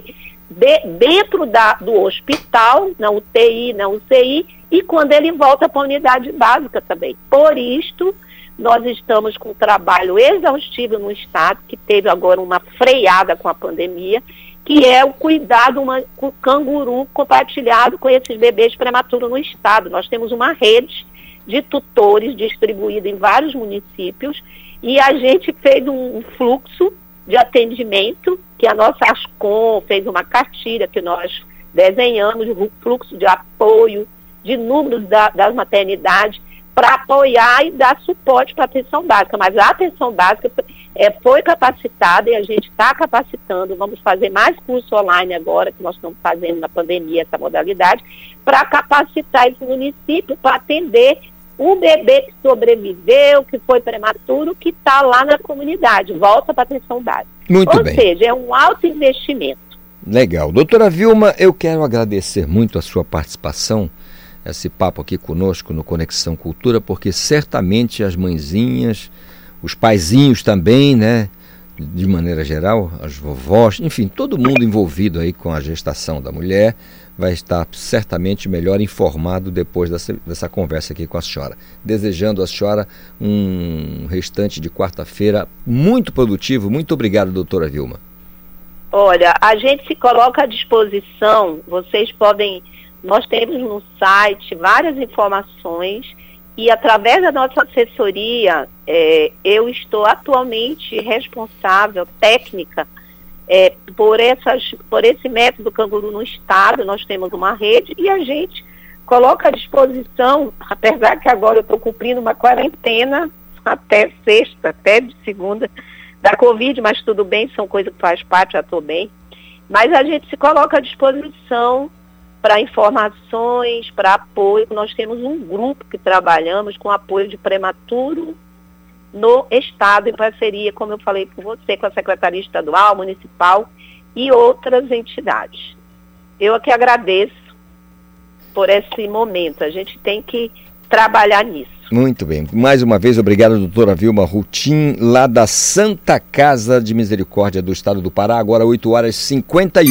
Dentro do hospital, na UTI, na UCI, e quando ele volta para a unidade básica também. Por isto, nós estamos com um trabalho exaustivo no Estado, que teve agora uma freada com a pandemia, que é o cuidado com o canguru compartilhado com esses bebês prematuros no Estado. Nós temos uma rede de tutores distribuída em vários municípios, e a gente fez um fluxo de atendimento, que a nossa Ascom fez uma cartilha que nós desenhamos, um fluxo de apoio, de números das maternidades, para apoiar e dar suporte para a atenção básica. Mas a atenção básica foi capacitada e a gente está capacitando. Vamos fazer mais curso online agora, que nós estamos fazendo na pandemia, essa modalidade, para capacitar esse município para atender um bebê que sobreviveu, que foi prematuro, que está lá na comunidade, volta para a atenção básica. Muito bem. Ou seja, é um alto investimento. Legal. Doutora Vilma, eu quero agradecer muito a sua participação, esse papo aqui conosco no Conexão Cultura, porque certamente as mãezinhas, os paizinhos também, né, de maneira geral, as vovós, enfim, todo mundo envolvido aí com a gestação da mulher vai estar certamente melhor informado depois dessa conversa aqui com a senhora. Desejando a senhora um restante de quarta-feira muito produtivo. Muito obrigado, doutora Vilma. Olha, a gente se coloca à disposição, nós temos no site várias informações e através da nossa assessoria, eu estou atualmente responsável, técnica, por esse método canguru no Estado. Nós temos uma rede e a gente coloca à disposição, apesar que agora eu estou cumprindo uma quarentena até sexta, até de segunda, da Covid, mas tudo bem, são coisas que faz parte, já estou bem. Mas a gente se coloca à disposição para informações, para apoio. Nós temos um grupo que trabalhamos com apoio de prematuro no Estado, em parceria, como eu falei com você, com a Secretaria Estadual, Municipal e outras entidades. Eu aqui agradeço por esse momento. A gente tem que trabalhar nisso. Muito bem. Mais uma vez, obrigado, doutora Vilma Rutim, lá da Santa Casa de Misericórdia do Estado do Pará. Agora 8h58.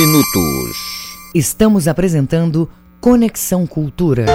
Estamos apresentando Conexão Cultura.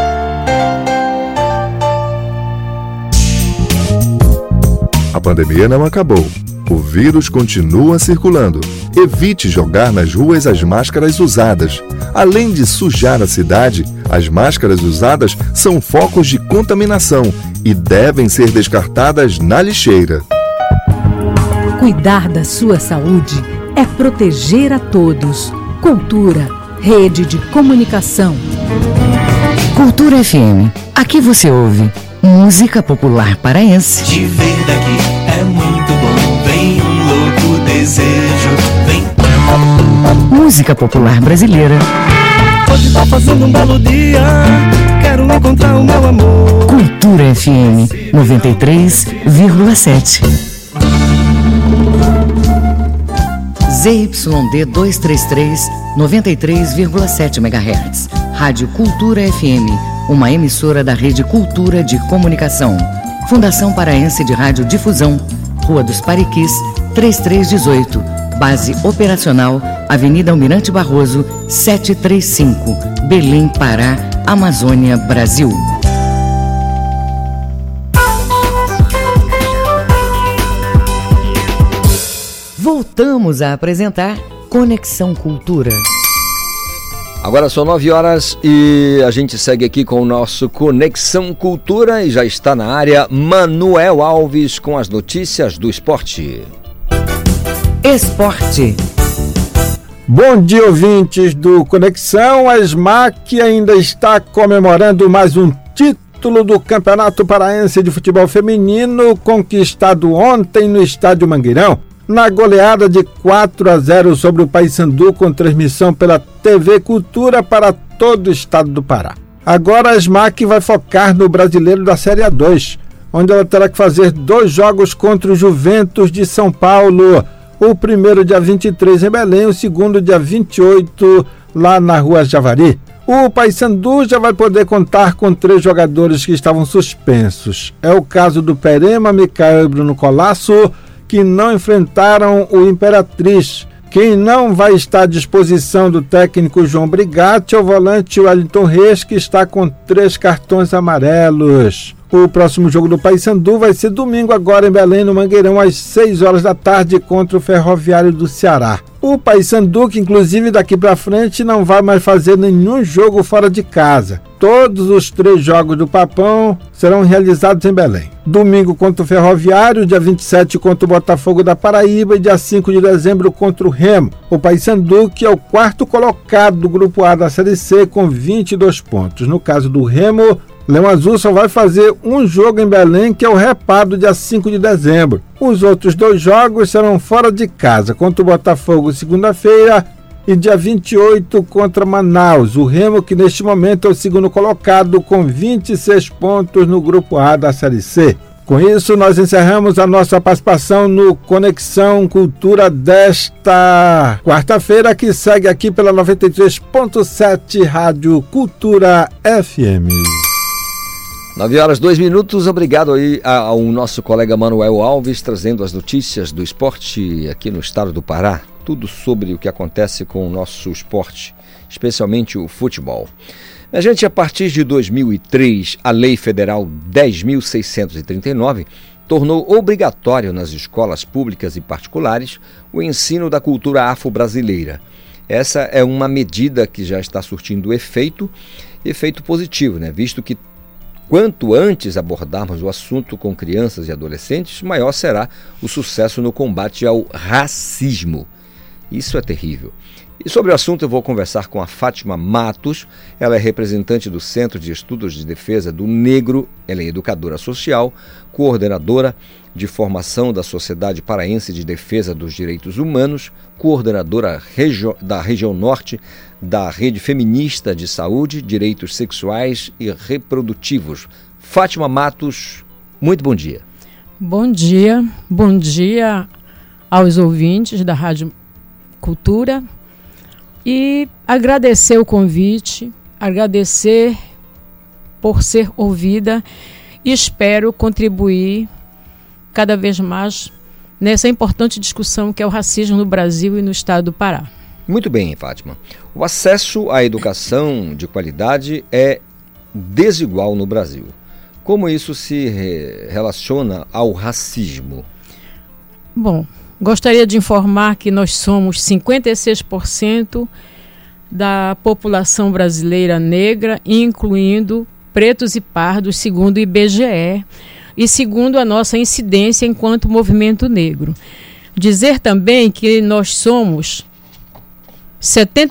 A pandemia não acabou. O vírus continua circulando. Evite jogar nas ruas as máscaras usadas. Além de sujar a cidade, as máscaras usadas são focos de contaminação e devem ser descartadas na lixeira. Cuidar da sua saúde é proteger a todos. Cultura, rede de comunicação. Cultura FM. Aqui você ouve Música popular paraense. Te ver daqui é muito bom. Vem um louco desejo. Vem. Música popular brasileira. Hoje tá fazendo um belo dia. Quero encontrar o meu amor. Cultura FM 93,7. ZYD 233, 93,7 MHz. Rádio Cultura FM, uma emissora da Rede Cultura de Comunicação. Fundação Paraense de Radiodifusão, Rua dos Pariquis, 3318. Base operacional, Avenida Almirante Barroso, 735, Belém, Pará, Amazônia, Brasil. Voltamos a apresentar Conexão Cultura. Agora são 9 horas e a gente segue aqui com o nosso Conexão Cultura e já está na área Manuel Alves com as notícias do esporte. Esporte. Bom dia, ouvintes do Conexão. A SMAC ainda está comemorando mais um título do Campeonato Paraense de Futebol Feminino, conquistado ontem no Estádio Mangueirão, na goleada de 4-0 sobre o Paysandu, com transmissão pela TV Cultura para todo o estado do Pará. Agora a SMAC vai focar no Brasileiro da Série A2, onde ela terá que fazer 2 jogos contra o Juventus de São Paulo. O primeiro dia 23 em Belém, o segundo dia 28 lá na Rua Javari. O Paysandu já vai poder contar com 3 jogadores que estavam suspensos. É o caso do Perema, Micael e Bruno Colasso, que não enfrentaram o Imperatriz. Quem não vai estar à disposição do técnico João Brigatti é o volante Wellington Reis, que está com 3 cartões amarelos. O próximo jogo do Paysandu vai ser domingo agora em Belém, no Mangueirão, às 6 horas da tarde, contra o Ferroviário do Ceará. O Paysandu, que inclusive daqui para frente não vai mais fazer nenhum jogo fora de casa. Todos os 3 jogos do Papão serão realizados em Belém. Domingo contra o Ferroviário, dia 27 contra o Botafogo da Paraíba e dia 5 de dezembro contra o Remo. O Paysandu, que é o 4º colocado do Grupo A da Série C, com 22 pontos. No caso do Remo, Leão Azul só vai fazer um jogo em Belém, que é o Repado, dia 5 de dezembro. Os outros 2 jogos serão fora de casa, contra o Botafogo segunda-feira e dia 28 contra Manaus. O Remo, que neste momento é o 2º colocado, com 26 pontos no Grupo A da Série C. Com isso, nós encerramos a nossa participação no Conexão Cultura desta quarta-feira, que segue aqui pela 93.7 Rádio Cultura FM. 9 horas 2 minutos, obrigado aí ao nosso colega Manuel Alves, trazendo as notícias do esporte aqui no estado do Pará. Tudo sobre o que acontece com o nosso esporte, especialmente o futebol. A gente, a partir de 2003, a Lei Federal 10.639 tornou obrigatório nas escolas públicas e particulares o ensino da cultura afro-brasileira. Essa é uma medida que já está surtindo efeito positivo, né? Visto que quanto antes abordarmos o assunto com crianças e adolescentes, maior será o sucesso no combate ao racismo. Isso é terrível. E sobre o assunto eu vou conversar com a Fátima Matos. Ela é representante do Centro de Estudos de Defesa do Negro, ela é educadora social, coordenadora de formação da Sociedade Paraense de Defesa dos Direitos Humanos, coordenadora da região norte da Rede Feminista de Saúde, Direitos Sexuais e Reprodutivos. Fátima Matos, muito bom dia. Bom dia aos ouvintes da Rádio Cultura e agradecer o convite, agradecer por ser ouvida e espero contribuir cada vez mais nessa importante discussão que é o racismo no Brasil e no estado do Pará. Muito bem, Fátima. O acesso à educação de qualidade é desigual no Brasil. Como isso se relaciona ao racismo? Bom, gostaria de informar que nós somos 56% da população brasileira negra, incluindo pretos e pardos, segundo o IBGE, e segundo a nossa incidência enquanto movimento negro. Dizer também que nós somos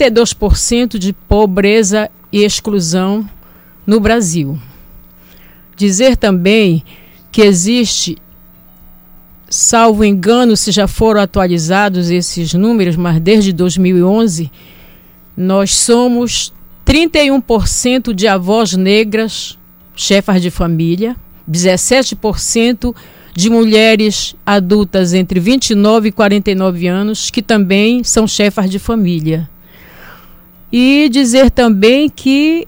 72% de pobreza e exclusão no Brasil. Dizer também que existe, salvo engano, se já foram atualizados esses números, mas desde 2011, nós somos 31% de avós negras, chefas de família, 17% de mulheres adultas entre 29 e 49 anos, que também são chefas de família. E dizer também que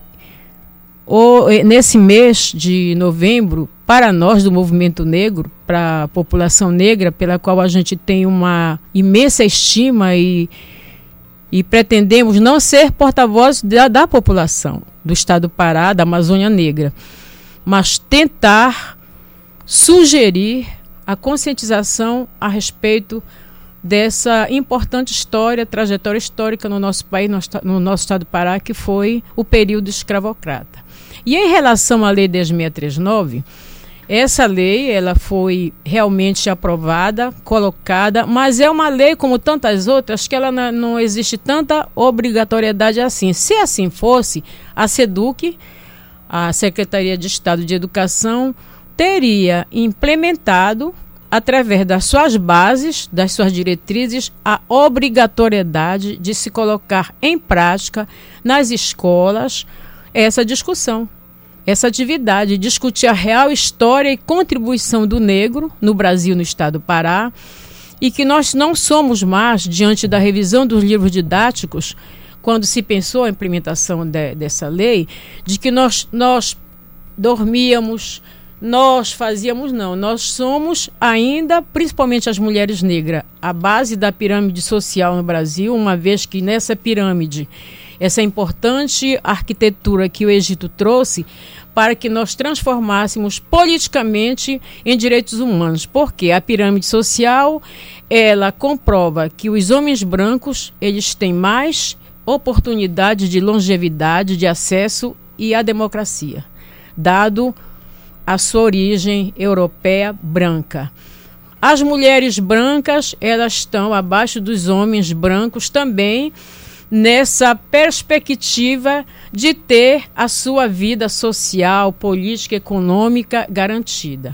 nesse mês de novembro, para nós do movimento negro, para a população negra, pela qual a gente tem uma imensa estima e pretendemos não ser porta-voz da população do estado do Pará, da Amazônia Negra, mas tentar sugerir a conscientização a respeito dessa importante trajetória histórica no nosso país, no nosso estado do Pará, que foi o período escravocrata. E em relação à Lei 10.639, essa lei ela foi realmente aprovada, colocada, mas é uma lei como tantas outras que ela não existe tanta obrigatoriedade assim. Se assim fosse, a SEDUC, a Secretaria de Estado de Educação, teria implementado, através das suas bases, das suas diretrizes, a obrigatoriedade de se colocar em prática nas escolas essa discussão, essa atividade, discutir a real história e contribuição do negro no Brasil, no estado do Pará, e que nós não somos mais, diante da revisão dos livros didáticos, quando se pensou a implementação dessa lei, de que nós dormíamos, nós fazíamos, não. Nós somos ainda, principalmente as mulheres negras, a base da pirâmide social no Brasil, uma vez que nessa pirâmide, essa importante arquitetura que o Egito trouxe, para que nós transformássemos politicamente em direitos humanos. Porque a pirâmide social, ela comprova que os homens brancos, eles têm mais oportunidade de longevidade, de acesso e à democracia, dado a sua origem europeia branca. As mulheres brancas, elas estão abaixo dos homens brancos também, nessa perspectiva de ter a sua vida social, política, econômica garantida.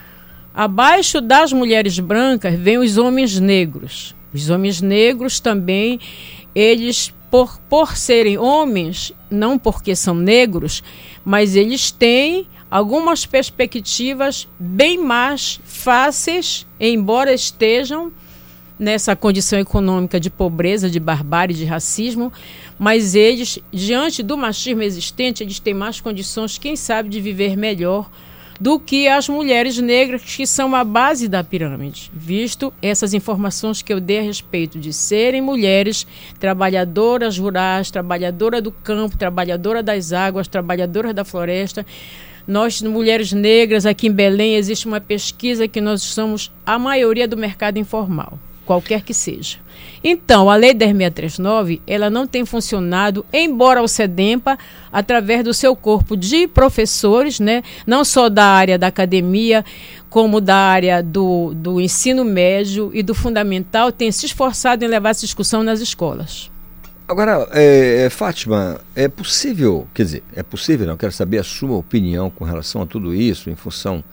Abaixo das mulheres brancas vêm os homens negros. Os homens negros também, eles, por serem homens, não porque são negros, mas eles têm algumas perspectivas bem mais fáceis, embora estejam nessa condição econômica de pobreza, de barbárie, de racismo, mas eles, diante do machismo existente, eles têm mais condições, quem sabe, de viver melhor do que as mulheres negras, que são a base da pirâmide, visto essas informações que eu dei a respeito de serem mulheres trabalhadoras rurais, trabalhadoras do campo, trabalhadoras das águas, trabalhadoras da floresta. Nós, mulheres negras, aqui em Belém, existe uma pesquisa que nós somos a maioria do mercado informal, qualquer que seja. Então, a Lei 10.639, ela não tem funcionado, embora o SEDEMPA, através do seu corpo de professores, né, não só da área da academia, como da área do ensino médio e do fundamental, tem se esforçado em levar essa discussão nas escolas. Agora, Fátima, é possível, não, quero saber a sua opinião com relação a tudo isso, em função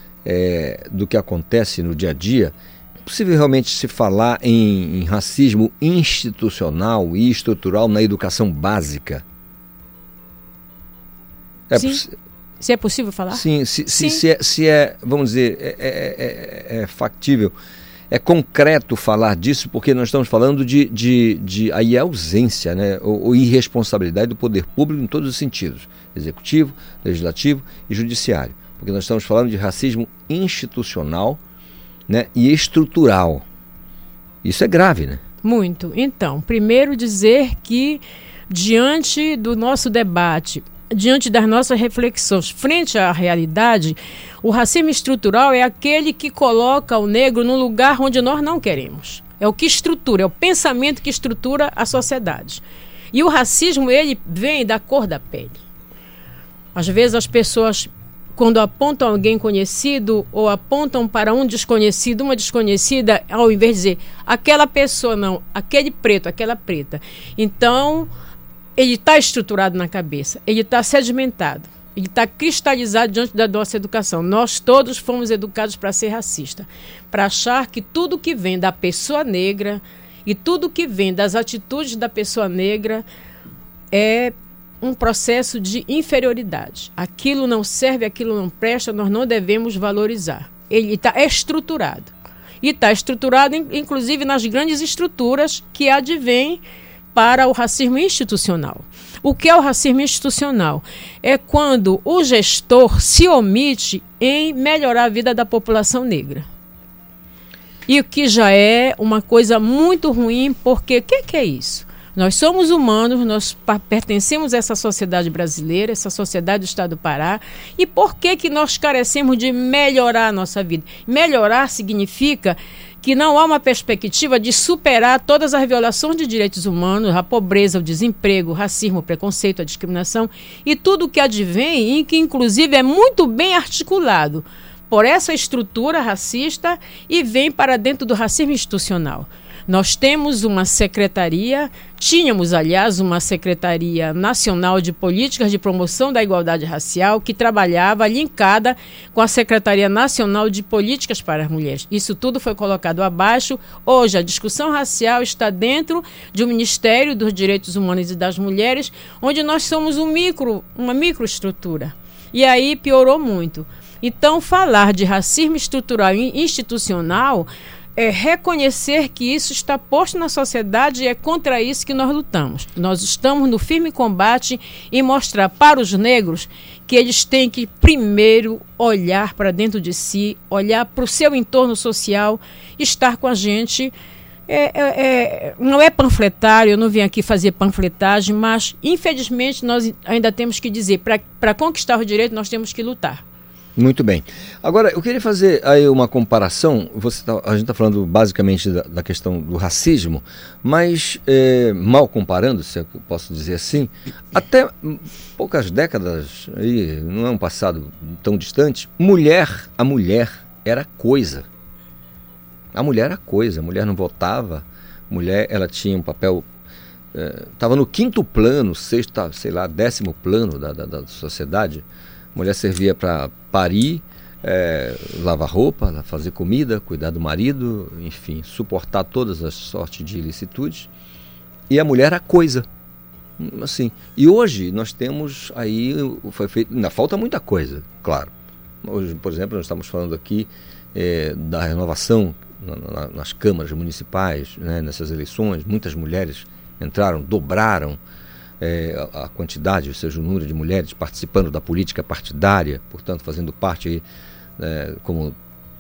do que acontece no dia a dia. É possível realmente se falar em racismo institucional e estrutural na educação básica? Sim. Se é possível falar? Sim, se é, vamos dizer, é factível. É concreto falar disso, porque nós estamos falando de aí ausência, né, ou irresponsabilidade do poder público em todos os sentidos, executivo, legislativo e judiciário, porque nós estamos falando de racismo institucional, né, e estrutural. Isso é grave, né? Muito. Então, primeiro dizer que diante do nosso debate, diante das nossas reflexões frente à realidade, o racismo estrutural é aquele que coloca o negro num lugar onde nós não queremos. É o que estrutura, é o pensamento que estrutura a sociedade. E o racismo, ele vem da cor da pele. Às vezes as pessoas, quando apontam alguém conhecido ou apontam para um desconhecido, uma desconhecida, ao invés de dizer aquela pessoa, não, aquele preto, aquela preta. Então, ele está estruturado na cabeça, ele está sedimentado. Ele está cristalizado diante da nossa educação. Nós todos fomos educados para ser racista, para achar que tudo que vem da pessoa negra e tudo que vem das atitudes da pessoa negra é um processo de inferioridade. Aquilo não serve, aquilo não presta, nós não devemos valorizar. Ele está estruturado. E está estruturado, inclusive, nas grandes estruturas que advêm para o racismo institucional. O que é o racismo institucional? É quando o gestor se omite em melhorar a vida da população negra. E o que já é uma coisa muito ruim, porque o que é isso? Nós somos humanos, nós pertencemos a essa sociedade brasileira, essa sociedade do Estado do Pará, e por que nós carecemos de melhorar a nossa vida? Melhorar significa que não há uma perspectiva de superar todas as violações de direitos humanos, a pobreza, o desemprego, o racismo, o preconceito, a discriminação e tudo o que advém e que inclusive é muito bem articulado por essa estrutura racista e vem para dentro do racismo institucional. Nós temos uma secretaria, tínhamos, aliás, uma Secretaria Nacional de Políticas de Promoção da Igualdade Racial, que trabalhava linkada com a Secretaria Nacional de Políticas para as Mulheres. Isso tudo foi colocado abaixo. Hoje, a discussão racial está dentro de um Ministério dos Direitos Humanos e das Mulheres, onde nós somos uma microestrutura. E aí piorou muito. Então, falar de racismo estrutural e institucional é reconhecer que isso está posto na sociedade e é contra isso que nós lutamos. Nós estamos no firme combate em mostrar para os negros que eles têm que primeiro olhar para dentro de si, olhar para o seu entorno social, estar com a gente. Não é panfletário, eu não vim aqui fazer panfletagem, mas infelizmente nós ainda temos que dizer, para conquistar o direito nós temos que lutar. Muito bem. Agora, eu queria fazer aí uma comparação. A gente está falando basicamente da questão do racismo, mas mal comparando, se eu posso dizer assim, até poucas décadas, aí, não é um passado tão distante, a mulher era coisa. A mulher era coisa, a mulher não votava, a mulher ela tinha um papel, estava no 5º plano, 6º, sei lá, 10º plano da sociedade. A mulher servia para parir, lavar roupa, fazer comida, cuidar do marido, enfim, suportar todas as sortes de ilicitudes. E a mulher era coisa. Assim. E hoje nós temos aí, foi feito, ainda falta muita coisa, claro. Hoje, por exemplo, nós estamos falando aqui da renovação nas câmaras municipais, né, nessas eleições. Muitas mulheres entraram, dobraram a quantidade, ou seja, o número de mulheres participando da política partidária, portanto, fazendo parte aí, como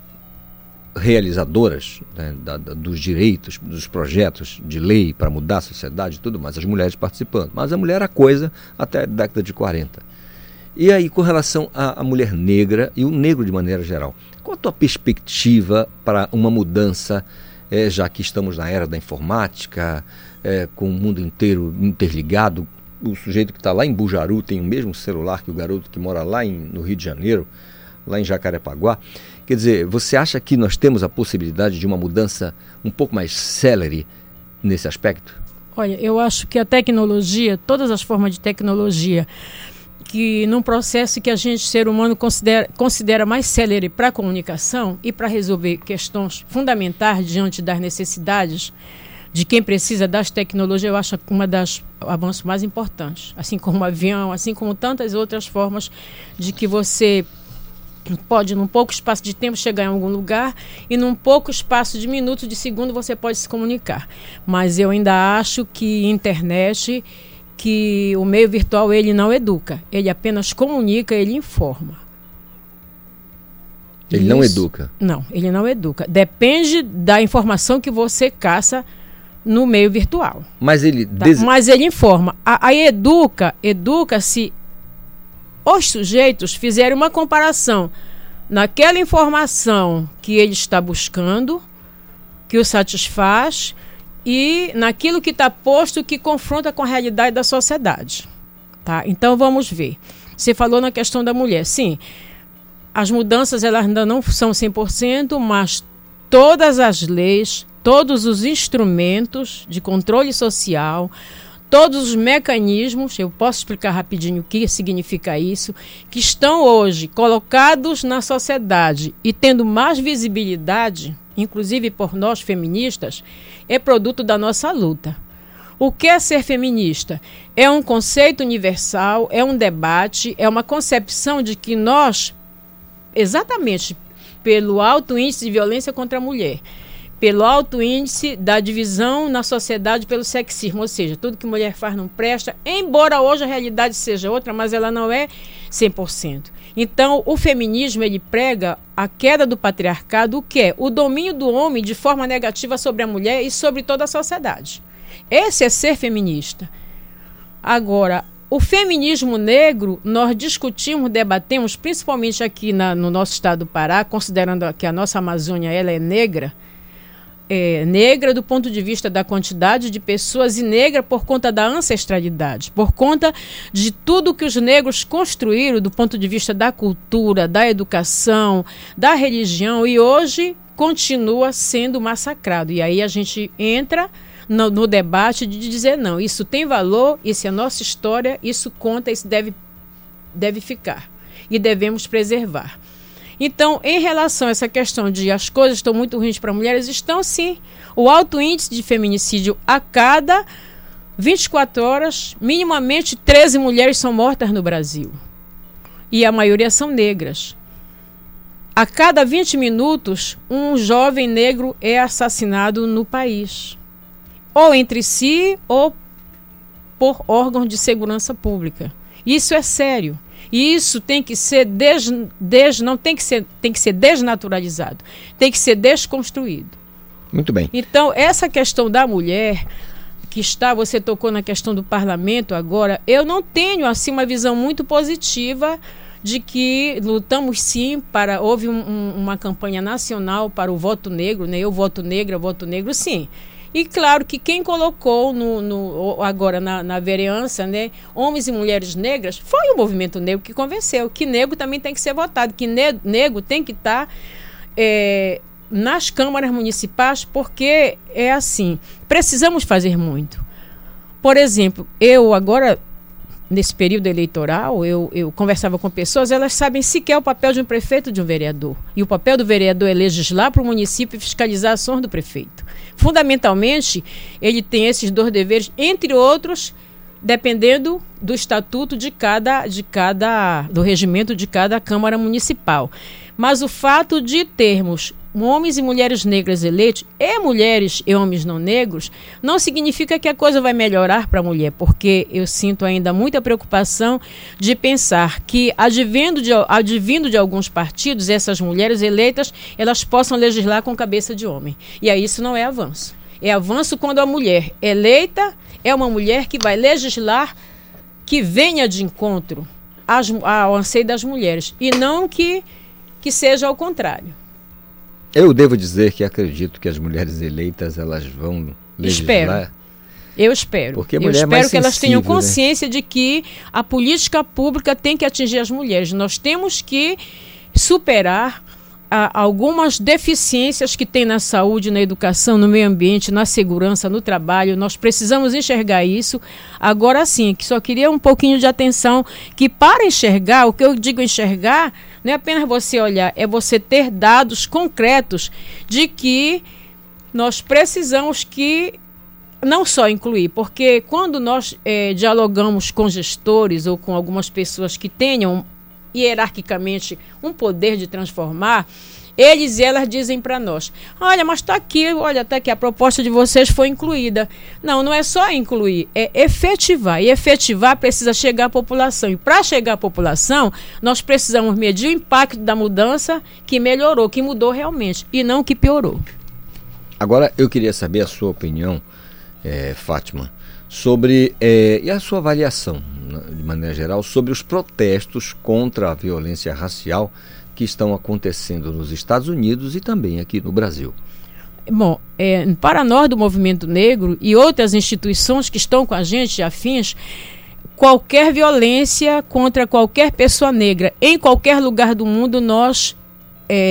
realizadoras, né, dos direitos, dos projetos de lei para mudar a sociedade e tudo mais, as mulheres participando. Mas a mulher era coisa até a década de 40. E aí, com relação à mulher negra e o negro de maneira geral, qual a tua perspectiva para uma mudança, já que estamos na era da informática, com o mundo inteiro interligado? O sujeito que está lá em Bujaru tem o mesmo celular que o garoto que mora lá no Rio de Janeiro, lá em Jacarepaguá. Quer dizer, você acha que nós temos a possibilidade de uma mudança um pouco mais célere nesse aspecto? Olha, eu acho que a tecnologia, todas as formas de tecnologia, que num processo que a gente, ser humano, considera mais célere para a comunicação e para resolver questões fundamentais diante das necessidades de quem precisa das tecnologias, eu acho uma das avanços mais importantes. Assim como o avião, assim como tantas outras formas de que você pode, num pouco espaço de tempo, chegar em algum lugar e num pouco espaço de minutos, de segundo, você pode se comunicar. Mas eu ainda acho que internet, que o meio virtual, ele não educa. Ele apenas comunica, ele informa. Ele não educa? Não, ele não educa. Depende da informação que você caça no meio virtual. Mas ele... Mas ele informa. Aí educa-se os sujeitos fizerem uma comparação naquela informação que ele está buscando, que o satisfaz, e naquilo que está posto que confronta com a realidade da sociedade. Tá? Então vamos ver. Você falou na questão da mulher. Sim, as mudanças elas ainda não são 100%, mas todas as leis, todos os instrumentos de controle social, todos os mecanismos, eu posso explicar rapidinho o que significa isso, que estão hoje colocados na sociedade e tendo mais visibilidade, inclusive por nós feministas, é produto da nossa luta. O que é ser feminista? É um conceito universal, é um debate, é uma concepção de que nós, exatamente pelo alto índice de violência contra a mulher, pelo alto índice da divisão na sociedade pelo sexismo, ou seja, tudo que mulher faz não presta, embora hoje a realidade seja outra, mas ela não é 100%. Então, o feminismo, ele prega a queda do patriarcado, o que é? O domínio do homem de forma negativa sobre a mulher e sobre toda a sociedade. Esse é ser feminista. Agora, o feminismo negro, nós discutimos, debatemos, principalmente aqui no nosso estado do Pará, considerando que a nossa Amazônia ela é negra, negra do ponto de vista da quantidade de pessoas e negra por conta da ancestralidade, por conta de tudo que os negros construíram do ponto de vista da cultura, da educação, da religião, e hoje continua sendo massacrado. E aí a gente entra no debate de dizer, não, isso tem valor, isso é nossa história, isso conta, isso deve ficar e devemos preservar. Então, em relação a essa questão de as coisas estão muito ruins para mulheres, estão sim. O alto índice de feminicídio, a cada 24 horas, minimamente 13 mulheres são mortas no Brasil. E a maioria são negras. A cada 20 minutos, um jovem negro é assassinado no país. Ou entre si, ou por órgãos de segurança pública. Isso é sério. E isso tem que ser tem que ser desnaturalizado, tem que ser desconstruído. Muito bem. Então, essa questão da mulher, você tocou na questão do parlamento agora, eu não tenho assim uma visão muito positiva de que lutamos sim para... Houve uma campanha nacional para o voto negro, né? Eu voto negro, sim. E claro que quem colocou agora na vereança, né, homens e mulheres negras, foi o movimento negro que convenceu que negro também tem que ser votado, que negro tem que estar nas câmaras municipais, porque é assim, precisamos fazer muito. Por exemplo, eu agora, nesse período eleitoral, eu conversava com pessoas, elas sabem sequer o papel de um prefeito, de um vereador. E o papel do vereador é legislar para o município e fiscalizar ações do prefeito. Fundamentalmente, ele tem esses dois deveres, entre outros, dependendo do estatuto do regimento de cada Câmara Municipal. Mas o fato de termos homens e mulheres negras eleitos, e mulheres e homens não negros, não significa que a coisa vai melhorar para a mulher, porque eu sinto ainda muita preocupação de pensar que, advindo de alguns partidos, essas mulheres eleitas, elas possam legislar com cabeça de homem. E aí isso não é avanço. É avanço quando a mulher eleita é uma mulher que vai legislar, que venha de encontro ao anseio das mulheres, e não que seja ao contrário. Eu devo dizer que acredito que as mulheres eleitas elas vão legislar. Eu espero. Porque a mulher é mais sensível, que elas tenham consciência, né, de que a política pública tem que atingir as mulheres. Nós temos que superar algumas deficiências que tem na saúde, na educação, no meio ambiente, na segurança, no trabalho. Nós precisamos enxergar isso. Agora sim, que só queria um pouquinho de atenção, que para enxergar, o que eu digo enxergar, não é apenas você olhar, é você ter dados concretos de que nós precisamos que não só incluir, porque quando nós dialogamos com gestores ou com algumas pessoas que tenham hierarquicamente um poder de transformar, eles e elas dizem para nós, olha, mas está aqui, olha, até que a proposta de vocês foi incluída. Não é só incluir, é efetivar. E efetivar precisa chegar à população. E para chegar à população, nós precisamos medir o impacto da mudança que melhorou, que mudou realmente, e não que piorou. Agora, eu queria saber a sua opinião, Fátima, sobre, e a sua avaliação, de maneira geral, sobre os protestos contra a violência racial que estão acontecendo nos Estados Unidos e também aqui no Brasil. Bom, para nós do Movimento Negro e outras instituições que estão com a gente, afins, qualquer violência contra qualquer pessoa negra, em qualquer lugar do mundo, nós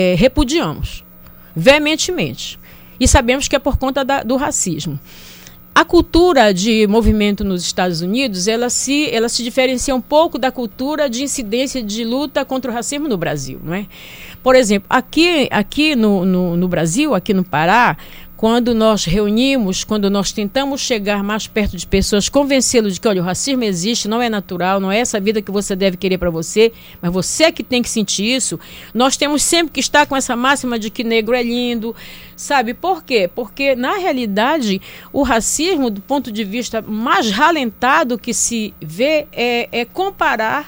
repudiamos veementemente. E sabemos que é por conta do racismo. A cultura de movimento nos Estados Unidos, ela se diferencia um pouco da cultura de incidência de luta contra o racismo no Brasil, não é? Por exemplo, aqui no Brasil, aqui no Pará, quando nós reunimos, quando nós tentamos chegar mais perto de pessoas, convencê-los de que, olha, o racismo existe, não é natural, não é essa vida que você deve querer para você, mas você que tem que sentir isso, nós temos sempre que estar com essa máxima de que negro é lindo, sabe? Por quê? Porque, na realidade, o racismo, do ponto de vista mais ralentado que se vê, é comparar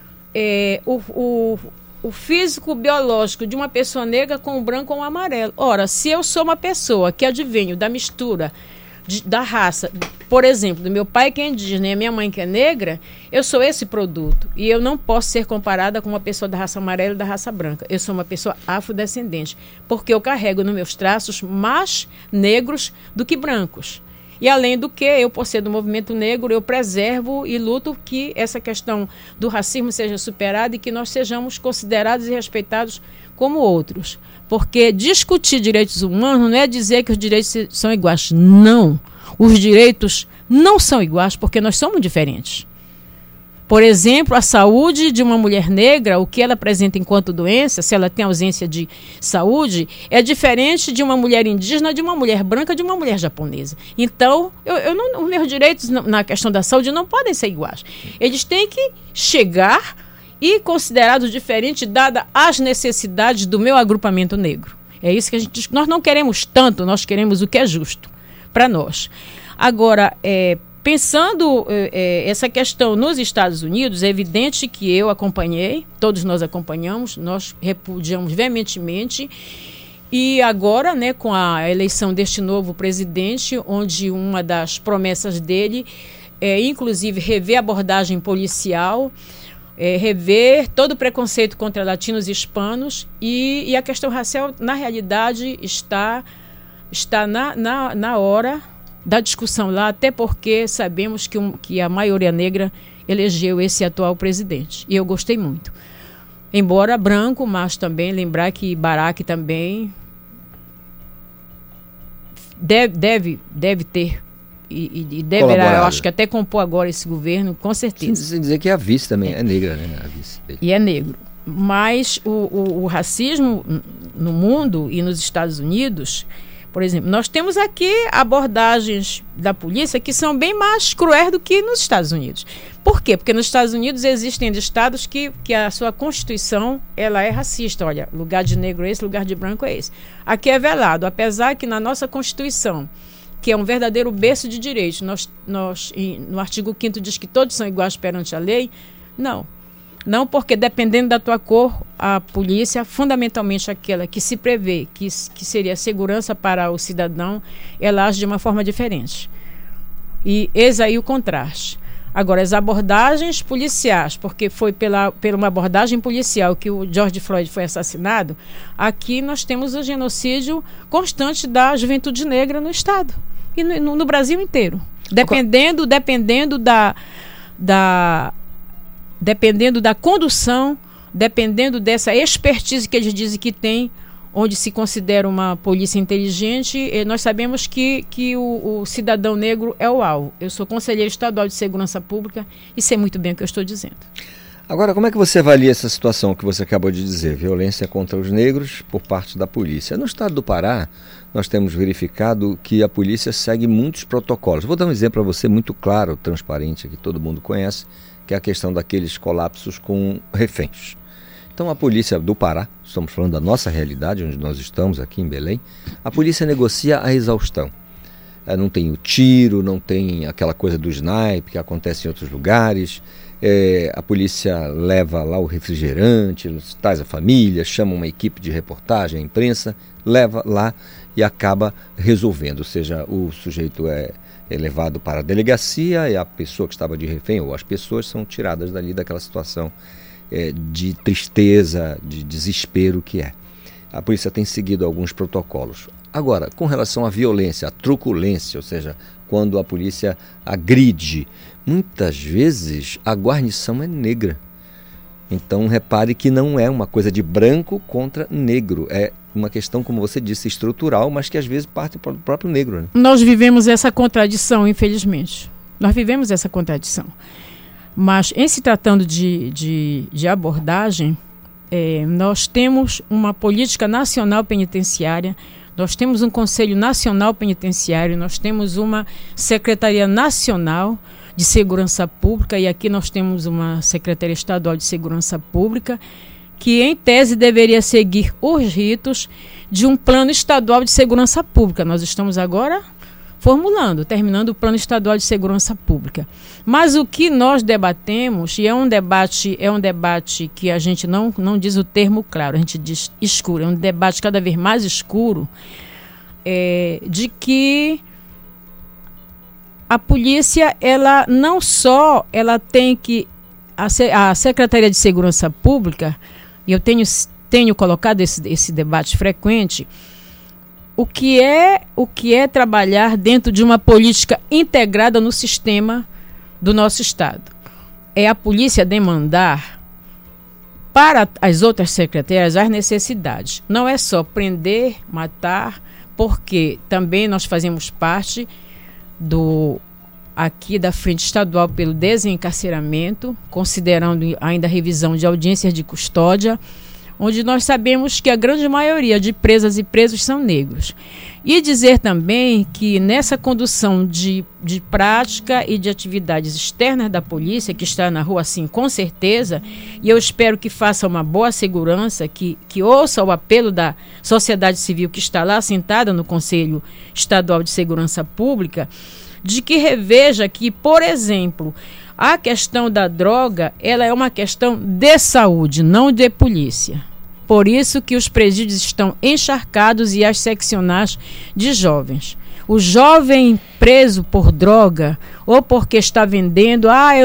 o físico biológico de uma pessoa negra com o branco ou o amarelo. Ora, se eu sou uma pessoa que advenho da mistura da raça, por exemplo, do meu pai que é indígena e a minha mãe que é negra, eu sou esse produto. E eu não posso ser comparada com uma pessoa da raça amarela e da raça branca. Eu sou uma pessoa afrodescendente, porque eu carrego nos meus traços mais negros do que brancos. E além do que, eu, por ser do movimento negro, eu preservo e luto que essa questão do racismo seja superada e que nós sejamos considerados e respeitados como outros. Porque discutir direitos humanos não é dizer que os direitos são iguais. Não. Os direitos não são iguais porque nós somos diferentes. Por exemplo, a saúde de uma mulher negra, o que ela apresenta enquanto doença, se ela tem ausência de saúde, é diferente de uma mulher indígena, de uma mulher branca, de uma mulher japonesa. Então, os meus direitos na questão da saúde não podem ser iguais. Eles têm que chegar e considerados diferentes, dadas as necessidades do meu agrupamento negro. É isso que a gente diz. Nós não queremos tanto, nós queremos o que é justo para nós. Agora, pensando essa questão nos Estados Unidos, é evidente que eu acompanhei, todos nós acompanhamos, nós repudiamos veementemente, e agora, né, com a eleição deste novo presidente, onde uma das promessas dele é, inclusive, rever a abordagem policial, rever todo o preconceito contra latinos e hispanos, e a questão racial, na realidade, está na hora da discussão lá, até porque sabemos que a maioria negra elegeu esse atual presidente. E eu gostei muito. Embora branco, mas também lembrar que Barack também deve ter e deverá, eu acho que até compor agora esse governo, com certeza. Sem dizer que a vice também é negra, né? A vice dele. E é negro. Mas o racismo no mundo e nos Estados Unidos, por exemplo, nós temos aqui abordagens da polícia que são bem mais cruéis do que nos Estados Unidos. Por quê? Porque nos Estados Unidos existem estados que a sua Constituição ela é racista. Olha, lugar de negro é esse, lugar de branco é esse. Aqui é velado, apesar que na nossa Constituição, que é um verdadeiro berço de direitos, no artigo 5º diz que todos são iguais perante a lei. Não, porque dependendo da tua cor, a polícia, fundamentalmente aquela que se prevê que seria segurança para o cidadão, ela age de uma forma diferente. E eis aí o contraste. Agora, as abordagens policiais, porque foi pela uma abordagem policial que o George Floyd foi assassinado, aqui nós temos o genocídio constante da juventude negra no Estado e no Brasil inteiro. Dependendo da condução, dependendo dessa expertise que eles dizem que tem, onde se considera uma polícia inteligente, nós sabemos que o cidadão negro é o alvo. Eu sou conselheiro estadual de segurança pública e sei muito bem o que eu estou dizendo. Agora, como é que você avalia essa situação que você acabou de dizer, violência contra os negros por parte da polícia? No estado do Pará, nós temos verificado que a polícia segue muitos protocolos. Vou dar um exemplo para você muito claro, transparente, que todo mundo conhece, que é a questão daqueles colapsos com reféns. Então a polícia do Pará, estamos falando da nossa realidade, onde nós estamos aqui em Belém, a polícia negocia a exaustão. Não tem o tiro, não tem aquela coisa do snipe que acontece em outros lugares. A polícia leva lá o refrigerante, traz a família, chama uma equipe de reportagem, a imprensa, leva lá e acaba resolvendo. Ou seja, o sujeito é levado para a delegacia e a pessoa que estava de refém, ou as pessoas, são tiradas dali daquela situação de tristeza, de desespero que é. A polícia tem seguido alguns protocolos. Agora, com relação à violência, à truculência, ou seja, quando a polícia agride, muitas vezes a guarnição é negra. Então repare que não é uma coisa de branco contra negro, é uma questão, como você disse, estrutural, mas que às vezes parte do próprio negro, né? Nós vivemos essa contradição, infelizmente. Nós vivemos essa contradição. Mas, em se tratando de abordagem, nós temos uma política nacional penitenciária, nós temos um Conselho Nacional Penitenciário, nós temos uma Secretaria Nacional de Segurança Pública, e aqui nós temos uma Secretaria Estadual de Segurança Pública, que em tese deveria seguir os ritos de um plano estadual de segurança pública. Nós estamos agora terminando o plano estadual de segurança pública. Mas o que nós debatemos, e é um debate que a gente não diz o termo claro, a gente diz escuro, é um debate cada vez mais escuro, de que a polícia, ela não só tem que... A Secretaria de Segurança Pública, e eu tenho colocado esse debate frequente, o que é trabalhar dentro de uma política integrada no sistema do nosso Estado. É a polícia demandar para as outras secretarias as necessidades. Não é só prender, matar, porque também nós fazemos parte aqui da Frente Estadual pelo Desencarceramento, considerando ainda a revisão de audiências de custódia, onde nós sabemos que a grande maioria de presas e presos são negros. E dizer também que nessa condução de prática e de atividades externas da polícia, que está na rua, sim, com certeza, e eu espero que faça uma boa segurança, que ouça o apelo da sociedade civil que está lá sentada no Conselho Estadual de Segurança Pública, de que reveja que, por exemplo, a questão da droga, ela é uma questão de saúde, não de polícia. Por isso que os presídios estão encharcados e as seccionais de jovens. O jovem preso por droga ou porque está vendendo, eu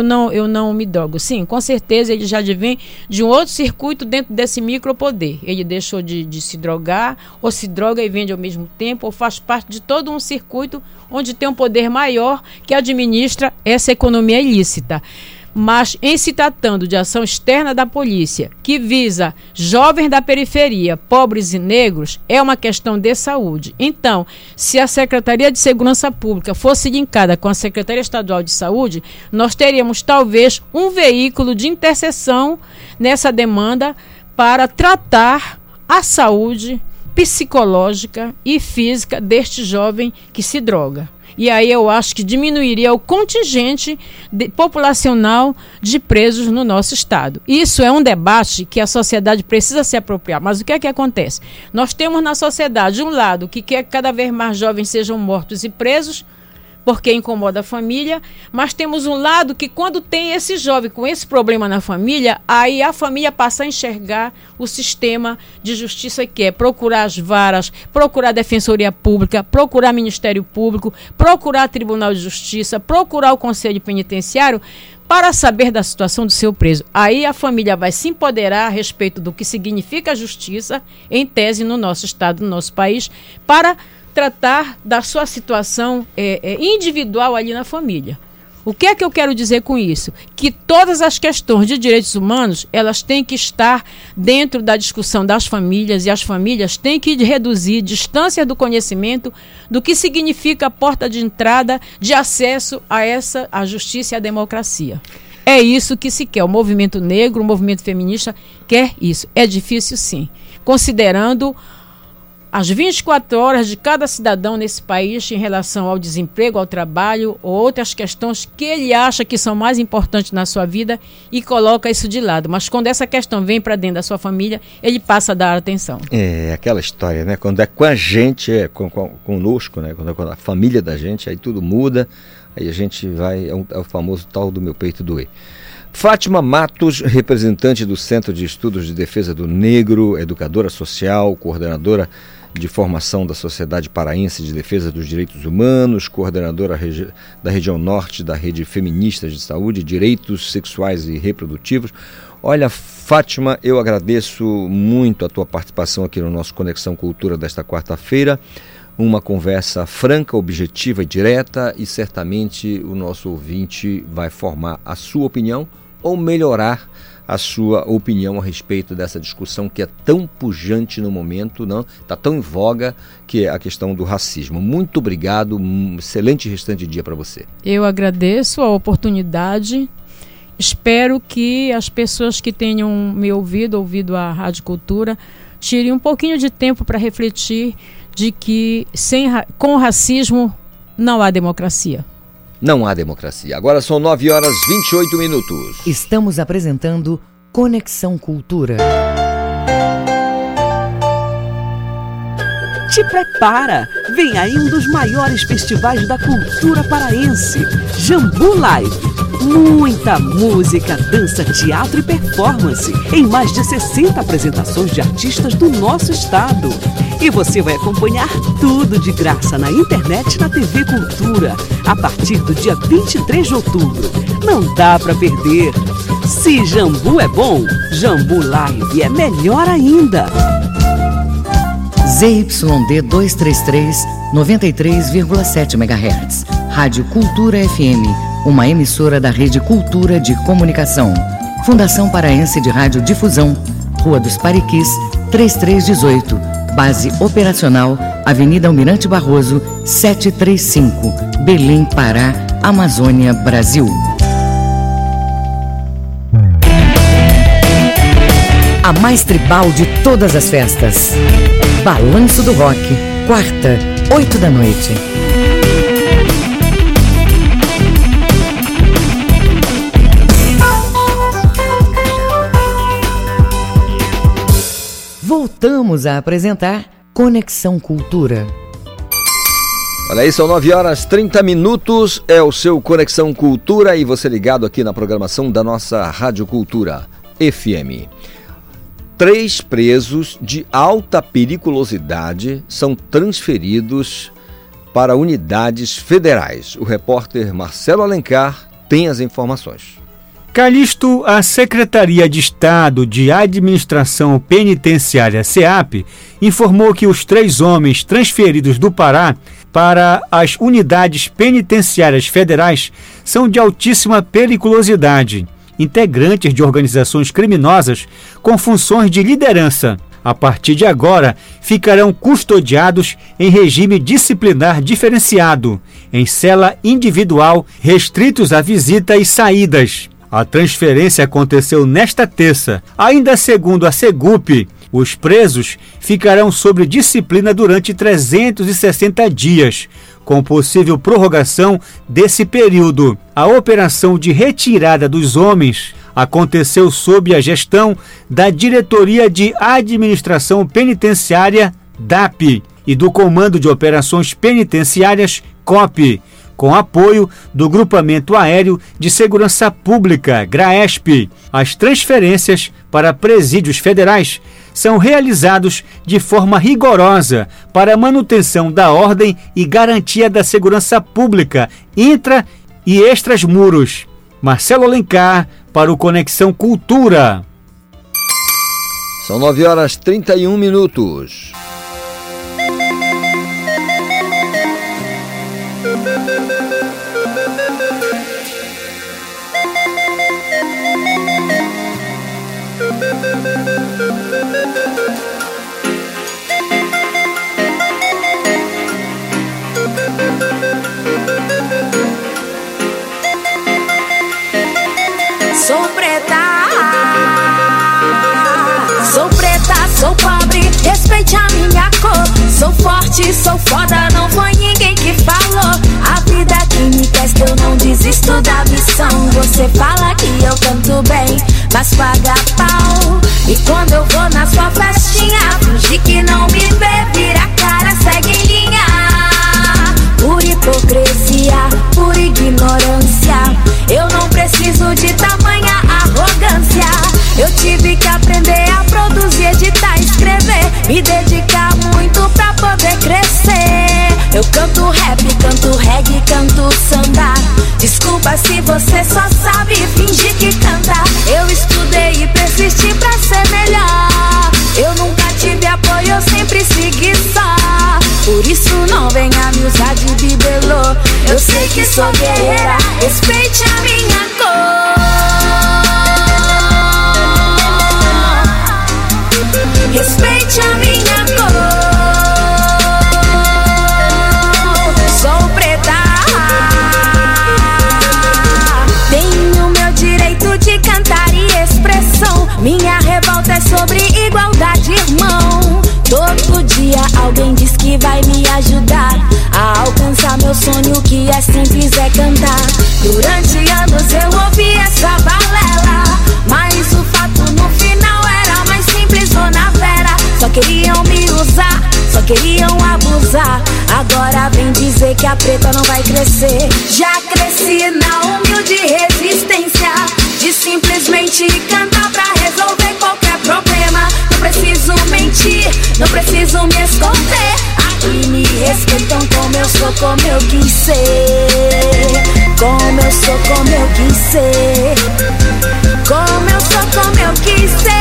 não me drogo. Sim, com certeza ele já vem de um outro circuito dentro desse micropoder. Ele deixou de se drogar, ou se droga e vende ao mesmo tempo, ou faz parte de todo um circuito onde tem um poder maior que administra essa economia ilícita. Mas, em se tratando de ação externa da polícia, que visa jovens da periferia, pobres e negros, é uma questão de saúde. Então, se a Secretaria de Segurança Pública fosse linkada com a Secretaria Estadual de Saúde, nós teríamos, talvez, um veículo de interseção nessa demanda para tratar a saúde psicológica e física deste jovem que se droga. E aí eu acho que diminuiria o contingente populacional de presos no nosso estado. Isso é um debate que a sociedade precisa se apropriar. Mas o que é que acontece? Nós temos na sociedade um lado que quer que cada vez mais jovens sejam mortos e presos, porque incomoda a família, mas temos um lado que quando tem esse jovem com esse problema na família, aí a família passa a enxergar o sistema de justiça, que é procurar as varas, procurar a Defensoria Pública, procurar Ministério Público, procurar Tribunal de Justiça, procurar o Conselho Penitenciário, para saber da situação do seu preso. Aí a família vai se empoderar a respeito do que significa a justiça, em tese, no nosso estado, no nosso país, para tratar da sua situação individual ali na família. O que é que eu quero dizer com isso? Que todas as questões de direitos humanos, elas têm que estar dentro da discussão das famílias, e as famílias têm que reduzir distância do conhecimento do que significa a porta de entrada de acesso à justiça e à democracia. É isso que se quer. O movimento negro, o movimento feminista quer isso. É difícil, sim. Considerando as 24 horas de cada cidadão nesse país em relação ao desemprego, ao trabalho ou outras questões que ele acha que são mais importantes na sua vida e coloca isso de lado. Mas quando essa questão vem para dentro da sua família, ele passa a dar atenção. É aquela história, né? Quando é com a gente, conosco, né? Quando é a família da gente, aí tudo muda, aí a gente vai, é o famoso tal do meu peito doer. Fátima Matos, representante do Centro de Estudos de Defesa do Negro, educadora social, coordenadora de formação da Sociedade Paraense de Defesa dos Direitos Humanos, coordenadora da região norte da Rede Feministas de Saúde, Direitos Sexuais e Reprodutivos. Olha, Fátima, eu agradeço muito a tua participação aqui no nosso Conexão Cultura desta quarta-feira. Uma conversa franca, objetiva e direta, e certamente o nosso ouvinte vai formar a sua opinião ou melhorar a sua opinião a respeito dessa discussão que é tão pujante no momento, não? Está tão em voga, que é a questão do racismo. Muito obrigado, um excelente restante de dia para você. Eu agradeço a oportunidade. Espero que as pessoas que tenham me ouvido a Rádio Cultura, tirem um pouquinho de tempo para refletir de que com o racismo não há democracia. Não há democracia. Agora são 9h28. Estamos apresentando Conexão Cultura. Te prepara! Vem aí um dos maiores festivais da cultura paraense, Jambu Live. Muita música, dança, teatro e performance em mais de 60 apresentações de artistas do nosso estado. E você vai acompanhar tudo de graça na internet e na TV Cultura a partir do dia 23 de outubro. Não dá pra perder. Se Jambu é bom, Jambu Live é melhor ainda. ZYD 233, 93,7 MHz. Rádio Cultura FM, uma emissora da Rede Cultura de Comunicação. Fundação Paraense de Rádio Difusão, Rua dos Pariquis, 3318. Base operacional, Avenida Almirante Barroso, 735, Belém, Pará, Amazônia, Brasil. A mais tribal de todas as festas. Balanço do Rock, quarta, 8 da noite. Voltamos a apresentar Conexão Cultura. Olha aí, são 9h30, é o seu Conexão Cultura e você ligado aqui na programação da nossa Rádio Cultura FM. 3 presos de alta periculosidade são transferidos para unidades federais. O repórter Marcelo Alencar tem as informações. Calixto, a Secretaria de Estado de Administração Penitenciária, SEAP, informou que os 3 homens transferidos do Pará para as unidades penitenciárias federais são de altíssima periculosidade, integrantes de organizações criminosas com funções de liderança. A partir de agora, ficarão custodiados em regime disciplinar diferenciado, em cela individual, restritos a visita e saídas. A transferência aconteceu nesta terça. Ainda segundo a Segup, os presos ficarão sob disciplina durante 360 dias, com possível prorrogação desse período. A operação de retirada dos homens aconteceu sob a gestão da Diretoria de Administração Penitenciária, DAP, e do Comando de Operações Penitenciárias, COP, com apoio do Grupamento Aéreo de Segurança Pública, GRAESP. As transferências para presídios federais são realizados de forma rigorosa para a manutenção da ordem e garantia da segurança pública, intra e extramuros. Marcelo Alencar para o Conexão Cultura. São 9h31. Sou pobre, respeite a minha cor. Sou forte, sou foda, não foi ninguém que falou. A vida que me testa, eu não desisto da missão. Você fala que eu canto bem, mas paga pau. E quando eu vou na sua festinha, finge que não me vê, vira a cara, segue em linha. Por hipocrisia, por ignorância, eu não preciso de tamanha arrogância. Eu tive que aprender a produzir, editar, escrever, me dedicar muito pra poder crescer. Eu canto rap, canto reggae, canto samba. Desculpa se você só sabe fingir que canta. Eu estudei e persisti pra ser melhor. Eu nunca tive apoio, eu sempre segui só. Por isso não venha me usar de bibelô. Eu sei que sou guerreira, respeite a minha cor. simples é cantar. Durante anos eu ouvi essa balela, mas o fato no final era mais simples, dona Vera. Só queriam me usar, só queriam abusar. Agora vem dizer que a preta não vai crescer. Já cresci na humilde resistência de simplesmente cantar pra resolver qualquer problema. Não preciso mentir, não preciso me esconder. Aqui me respeitam como eu sou, como eu quis ser. Como eu sou, como eu quis ser. Como eu sou, como eu quis ser.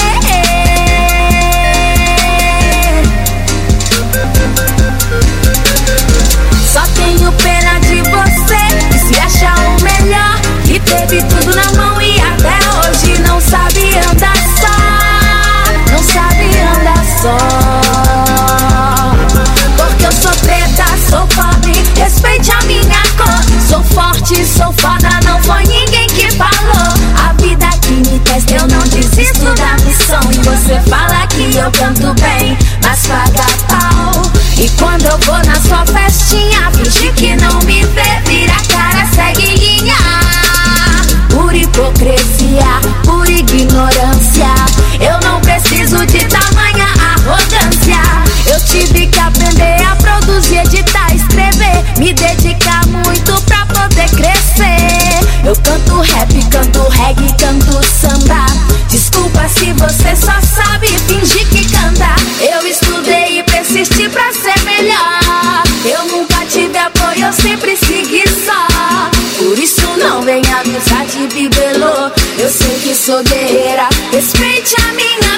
Só tenho pena de você, que se acha o melhor, que teve tudo na mão e até hoje não sabe andar só. Não sabe andar só. Porque eu sou preta, sou pobre, respeite a minha cor. Sou forte, sou foda, não foi ninguém que falou. A vida que me testa, eu não desisto da missão. E você fala que eu canto bem, mas paga pau. E quando eu vou na sua festinha, finge que não me vê, vira a cara, segue guinha. Por hipocrisia, por ignorância, eu não preciso de tamanha arrogância. Eu tive que aprender a produzir, editar, escrever, me dedicar muito pra poder crescer. Eu canto rap, canto reggae, canto samba. Desculpa se você só sabe fingir que canta. Eu estudei e persisti pra ser melhor. Eu nunca tive apoio, eu sempre segui só. Por isso não venha avisar de bibelô. Eu sei que sou guerreira, respeite a minha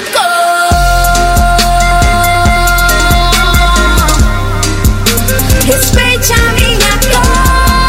cor. Respeite a minha cor.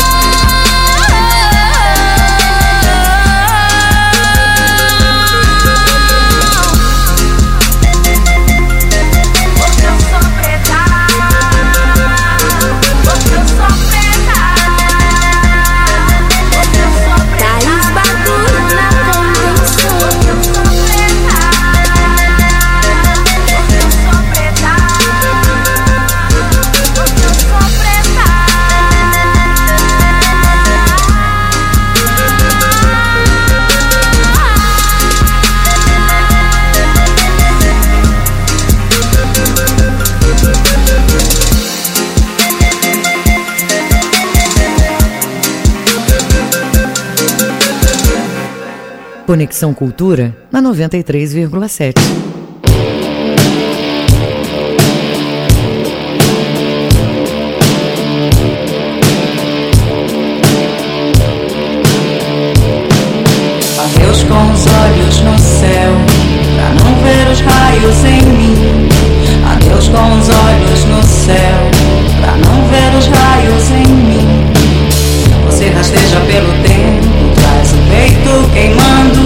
Conexão Cultura na 93,7. Adeus com os olhos no céu, pra não ver os raios em mim. Adeus com os olhos no céu, pra não ver os raios em mim. Você rasteja pelo tempo, traz o peito queimando,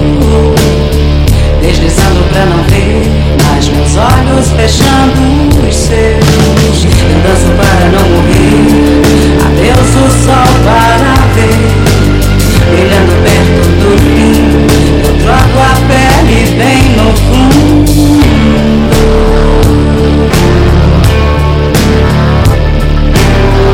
deslizando pra não ver, mas meus olhos fechando os seus. Eu danço para não morrer, adeus o sol para ver, brilhando perto do fim. Eu troco a pele bem no fundo.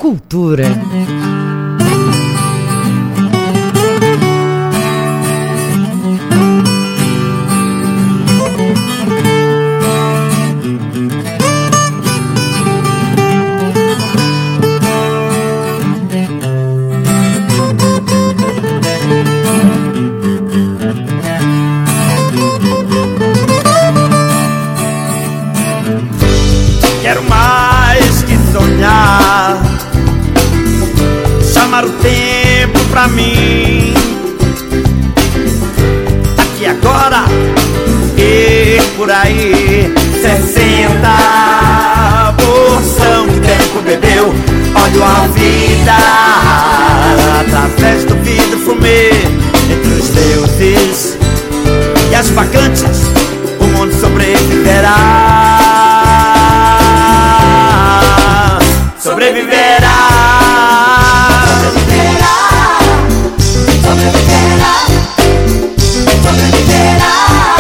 Cultura. Quero mais que sonhar, chamar o tempo pra mim, aqui agora e por aí. 60 porção de tempo bebeu, olho a vida através do vidro fumê. Entre os deuses e as vacantes, o mundo sobreviverá. Sobreviverá, sobreviverá, sobreviverá,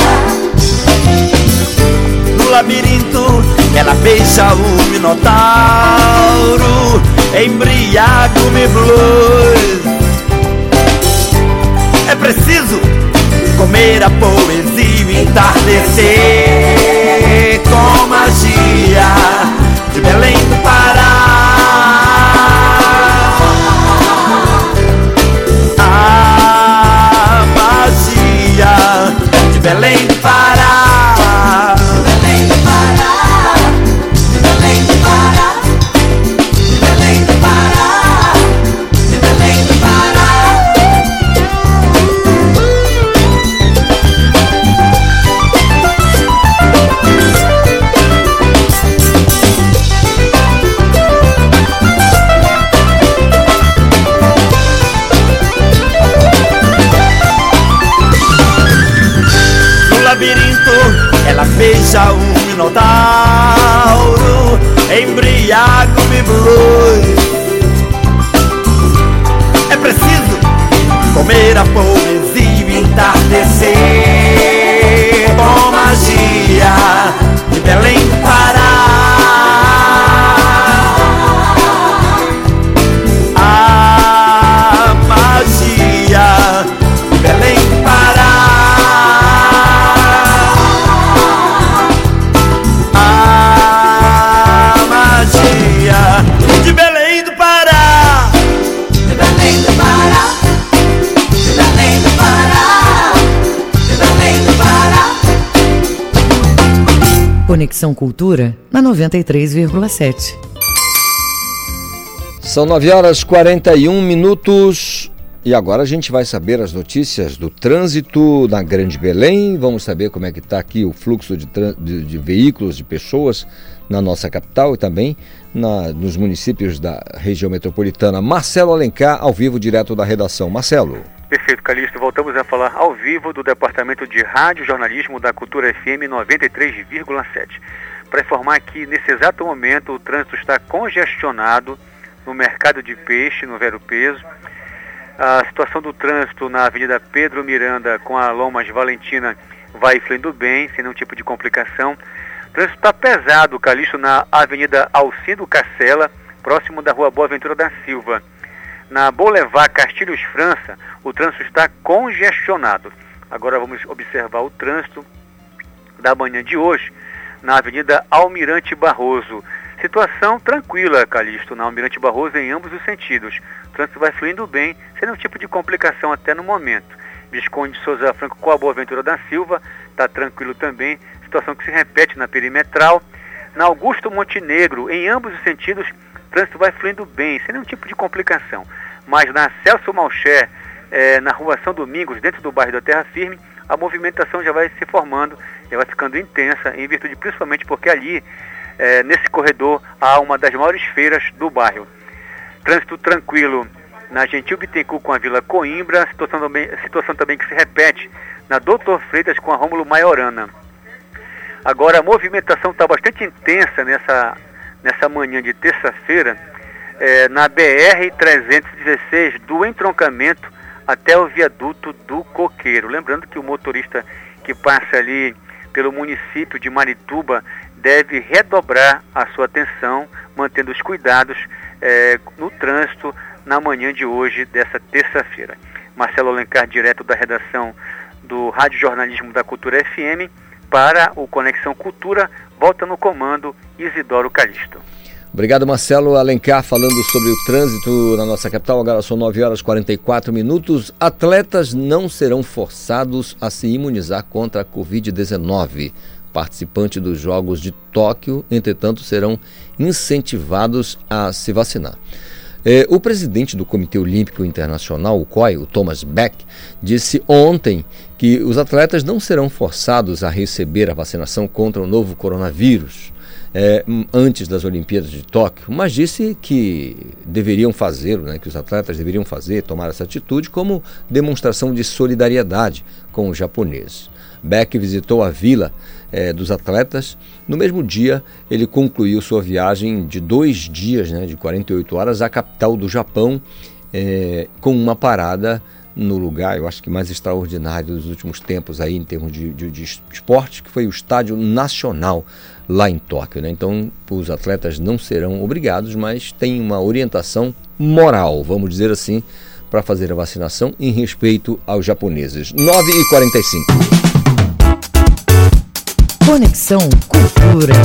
sobreviverá. No labirinto ela beija o minotauro, embriago-me blues. É preciso comer a poesia e entardecer com magia de Belém do Pará. A magia de Belém do Pará. Belém do Pará. Belém do Pará. Belém do Pará. Belém do Pará. Ela beija o minotauro, embriago-me blues. É preciso comer a poesia e entardecer com magia de Belém do Pará. A magia de Belém do Pará. De Belém do Pará, de Belém do Pará, de Belém do Pará, de Belém do Pará. Conexão Cultura na 93,7. São 9h41 e agora a gente vai saber as notícias do trânsito na Grande Belém. Vamos saber como é que está aqui o fluxo de veículos, de pessoas na nossa capital e também nos municípios da região metropolitana. Marcelo Alencar, ao vivo, direto da redação. Marcelo. Perfeito, Calixto. Voltamos a falar ao vivo do Departamento de Rádio Jornalismo da Cultura FM 93,7. Para informar que, nesse exato momento, o trânsito está congestionado no Mercado de Peixe, no Vero Peso. A situação do trânsito na Avenida Pedro Miranda com a Lomas Valentina vai fluindo bem, sem nenhum tipo de complicação. O trânsito está pesado, Calixto, na Avenida Alcindo Cacela, próximo da Rua Boa Ventura da Silva. Na Boulevard Castilhos França, o trânsito está congestionado. Agora vamos observar o trânsito da manhã de hoje na Avenida Almirante Barroso. Situação tranquila, Calixto, na Almirante Barroso em ambos os sentidos. O trânsito vai fluindo bem, sem nenhum tipo de complicação até no momento. Visconde de Souza Franco com a Boa Ventura da Silva, está tranquilo também. Situação que se repete na Perimetral. Na Augusto Montenegro, em ambos os sentidos, o trânsito vai fluindo bem, sem nenhum tipo de complicação. Mas na Celso Malcher, na Rua São Domingos, dentro do bairro da Terra Firme, a movimentação já vai se formando, já vai ficando intensa, em virtude principalmente porque ali, nesse corredor, há uma das maiores feiras do bairro. Trânsito tranquilo na Gentil Bittencourt com a Vila Coimbra, situação também que se repete na Doutor Freitas com a Rômulo Maiorana. Agora a movimentação está bastante intensa nessa manhã de terça-feira, na BR-316, do entroncamento até o viaduto do Coqueiro. Lembrando que o motorista que passa ali pelo município de Marituba deve redobrar a sua atenção, mantendo os cuidados no trânsito na manhã de hoje, dessa terça-feira. Marcelo Alencar, direto da redação do Rádio Jornalismo da Cultura FM, para o Conexão Cultura, volta no comando Isidoro Calixto. Obrigado, Marcelo Alencar, falando sobre o trânsito na nossa capital. Agora são 9h44. Atletas não serão forçados a se imunizar contra a Covid-19. Participantes dos Jogos de Tóquio, entretanto, serão incentivados a se vacinar. O presidente do Comitê Olímpico Internacional, o COI, o Thomas Bach, disse ontem que os atletas não serão forçados a receber a vacinação contra o novo coronavírus antes das Olimpíadas de Tóquio, mas disse que deveriam fazer, que os atletas deveriam tomar essa atitude como demonstração de solidariedade com os japoneses. Beck visitou a vila dos atletas. No mesmo dia, ele concluiu sua viagem de 2 dias, de 48 horas, à capital do Japão, com uma parada no lugar, eu acho que mais extraordinário dos últimos tempos aí, em termos de esporte, que foi o Estádio Nacional lá em Tóquio. Então, os atletas não serão obrigados, mas tem uma orientação moral, vamos dizer assim, para fazer a vacinação em respeito aos japoneses. 9h45. Conexão Cultura.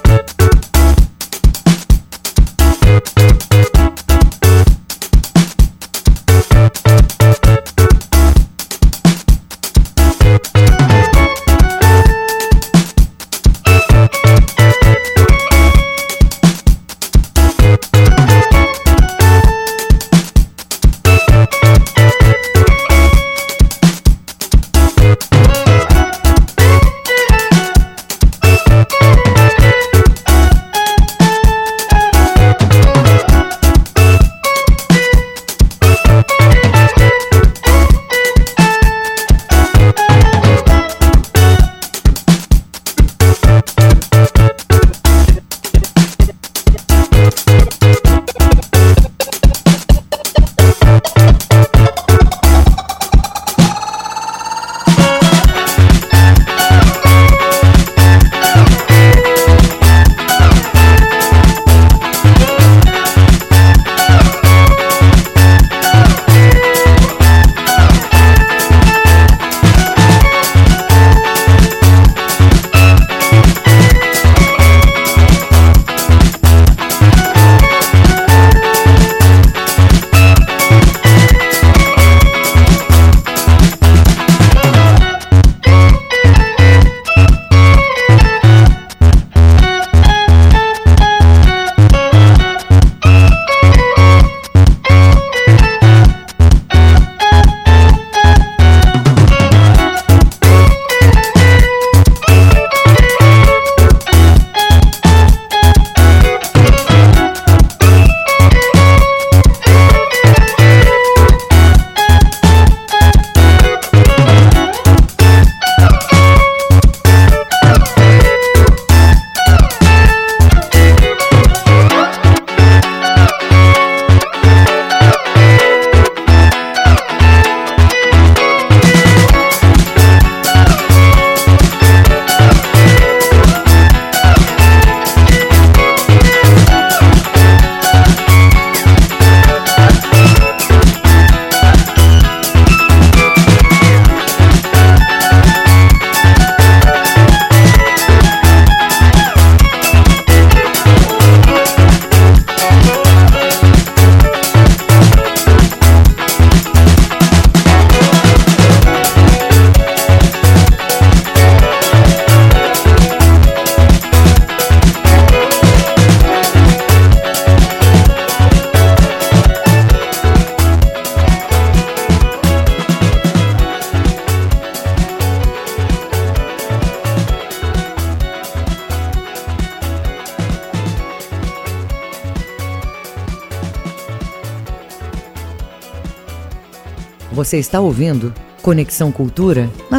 Você está ouvindo Conexão Cultura na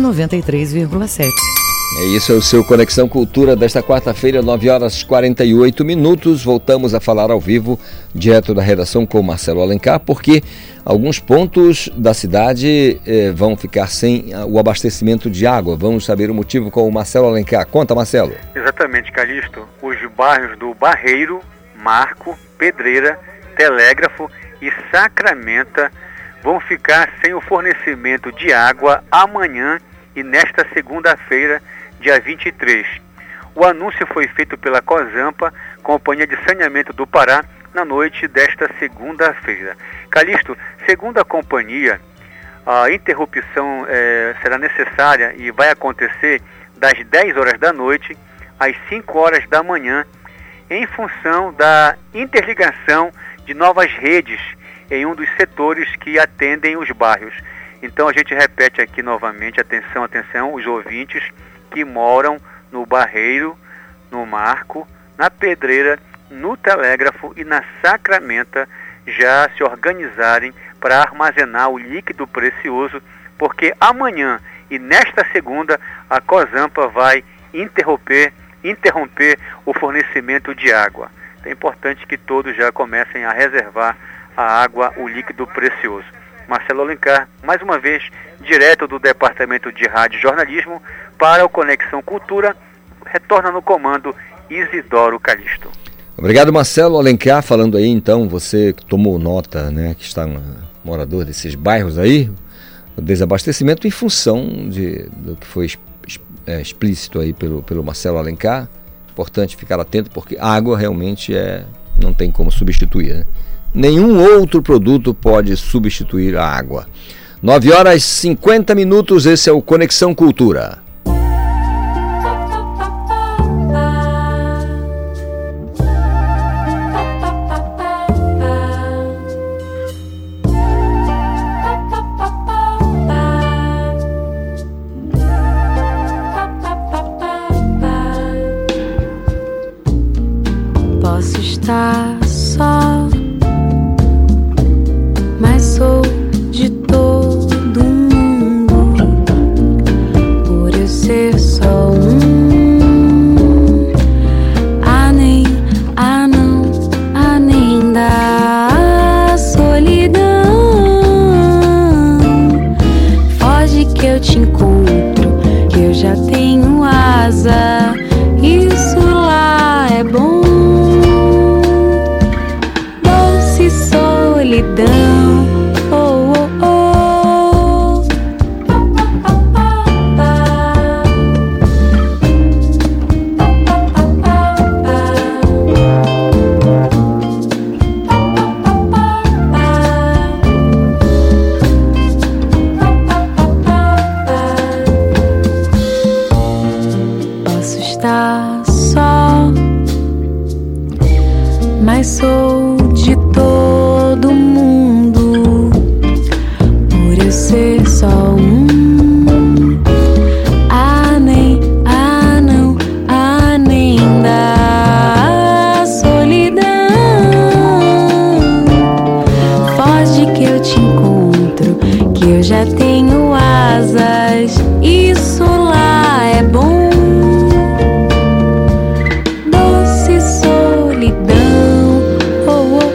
93,7. É isso, é o seu Conexão Cultura desta quarta-feira, 9h48. Voltamos a falar ao vivo, direto da redação com o Marcelo Alencar, porque alguns pontos da cidade vão ficar sem o abastecimento de água. Vamos saber o motivo com o Marcelo Alencar. Conta, Marcelo. Exatamente, Calixto. Os bairros do Barreiro, Marco, Pedreira Telégrafo e Sacramento vão ficar sem o fornecimento de água amanhã e nesta segunda-feira, dia 23. O anúncio foi feito pela Cosampa, Companhia de Saneamento do Pará, na noite desta segunda-feira. Calixto, segundo a companhia, a interrupção será necessária e vai acontecer das 10 horas da noite às 5 horas da manhã, em função da interligação de novas redes em um dos setores que atendem os bairros. Então a gente repete aqui novamente, atenção, atenção, os ouvintes que moram no Barreiro, no Marco, na Pedreira, no Telégrafo e na Sacramento já se organizarem para armazenar o líquido precioso, porque amanhã e nesta segunda a Cosampa vai interromper o fornecimento de água. É importante que todos já comecem a reservar a água, o líquido precioso. Marcelo Alencar, mais uma vez, direto do Departamento de Rádio e Jornalismo para o Conexão Cultura, retorna no comando Isidoro Calixto. Obrigado, Marcelo Alencar, falando aí então, você que tomou nota, né, que está morador desses bairros aí, o desabastecimento em função do que foi explícito aí pelo Marcelo Alencar. Importante ficar atento, porque água realmente não tem como substituir, né? Nenhum outro produto pode substituir a água. 9h50, esse é o Conexão Cultura. Posso estar só, mas sou de todo mundo. Por eu ser só nem da solidão. Foge que eu te encontro, que eu já tenho asa. Isso lá é bom. Solidão, oh, oh, oh. Posso estar só, mas sou de todo mundo. Por eu ser só nem da solidão. Foge que eu te encontro, que eu já tenho asas. Isso lá é bom. Doce solidão, oh, oh.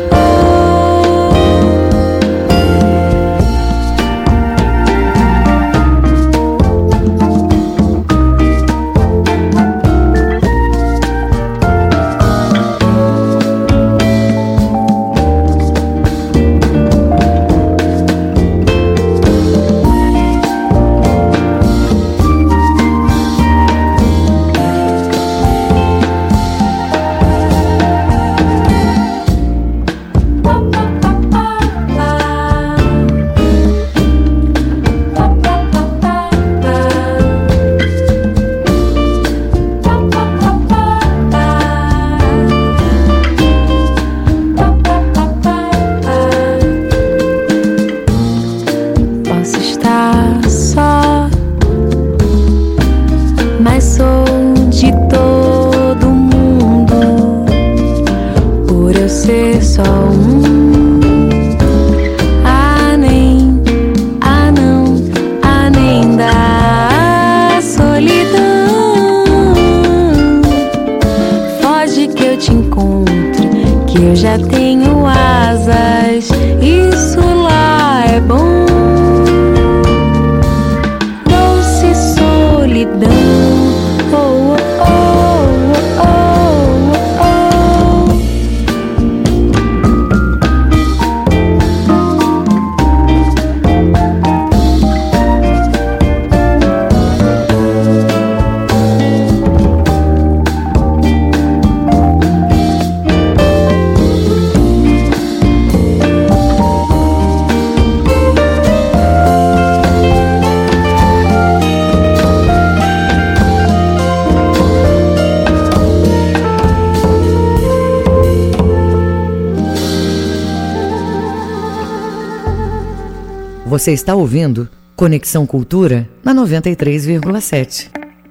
Você está ouvindo Conexão Cultura na 93,7.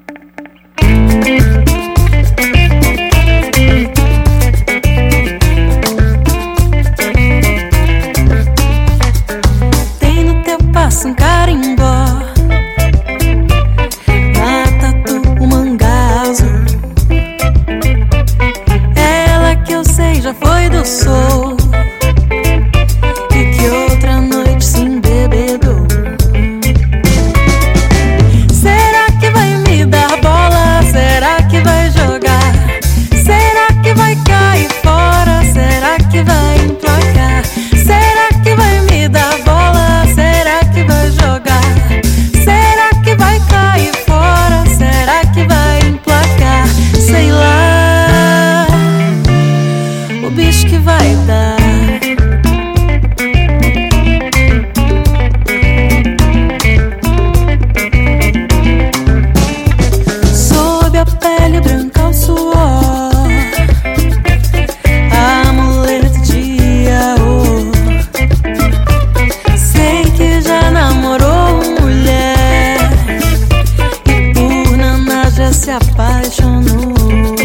Tem no teu passo um carimbó, tatu, o mangá azul. Ela que eu sei já foi do sol e que outra noite se embebedou. Será que vai me dar bola? Será que vai jogar? Será que vai cair fora? Será que vai emplacar? Será que vai me dar bola? Será que vai jogar? Será que vai cair fora? Será que vai emplacar? Sei lá, o bicho que vai dar. Sob a pele branca o suor, amuleto de Iaô. Sei que já namorou mulher e por Naná já se apaixonou.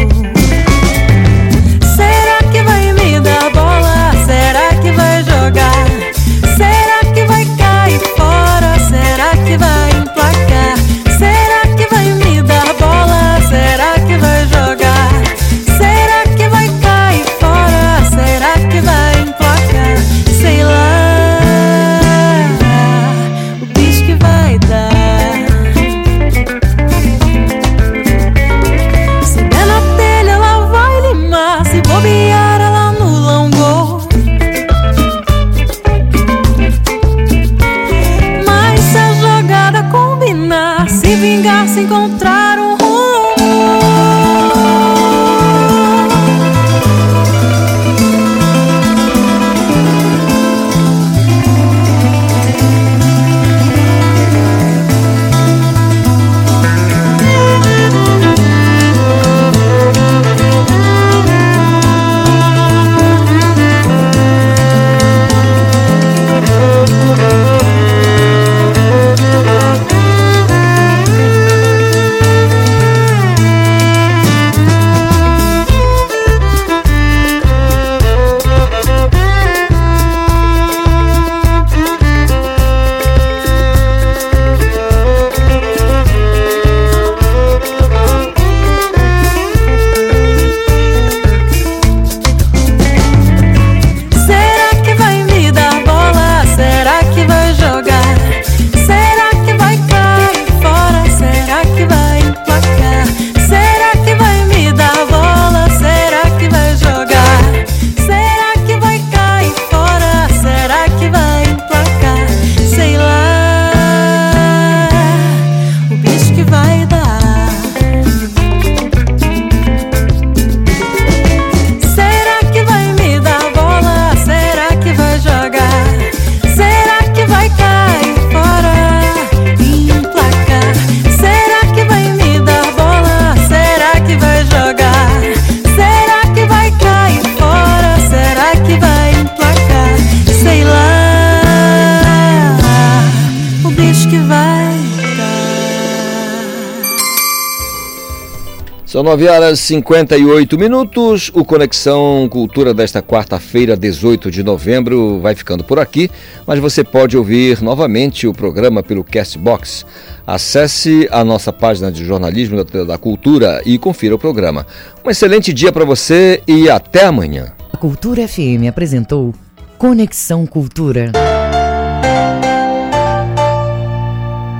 Será que vai me dar bola? Será que vai jogar? Será que vai cair fora? Será que vai emplacar? Será que vai me dar bola? Será que vai jogar? Será que vai cair fora? Será que vai emplacar? Sei lá, o bicho que vai dar. Se der na telha ela vai limar, se bobear ela anula um gol. Mas se a jogada combinar, se vingar, se encontrar um rumo. Será que vai me dar bola? Será que vai jogar? Será que vai cair fora? Será que vai emplacar? Será que vai me dar bola? Será que vai jogar? Será que vai cair fora? Será que vai emplacar? Sei lá, o bicho que vai dar. Será que vai me dar bola? Será que vai jogar? Será que vai cair fora e emplacar? Será que vai me dar bola? Será que vai jogar? Será que vai cair fora? Será que vai emplacar? Sei lá, o bicho que vai dar. São 9h58. O Conexão Cultura desta quarta-feira, 18 de novembro, vai ficando por aqui, mas você pode ouvir novamente o programa pelo Castbox. Acesse a nossa página de jornalismo da cultura e confira o programa. Um excelente dia para você e até amanhã. A Cultura FM apresentou Conexão Cultura.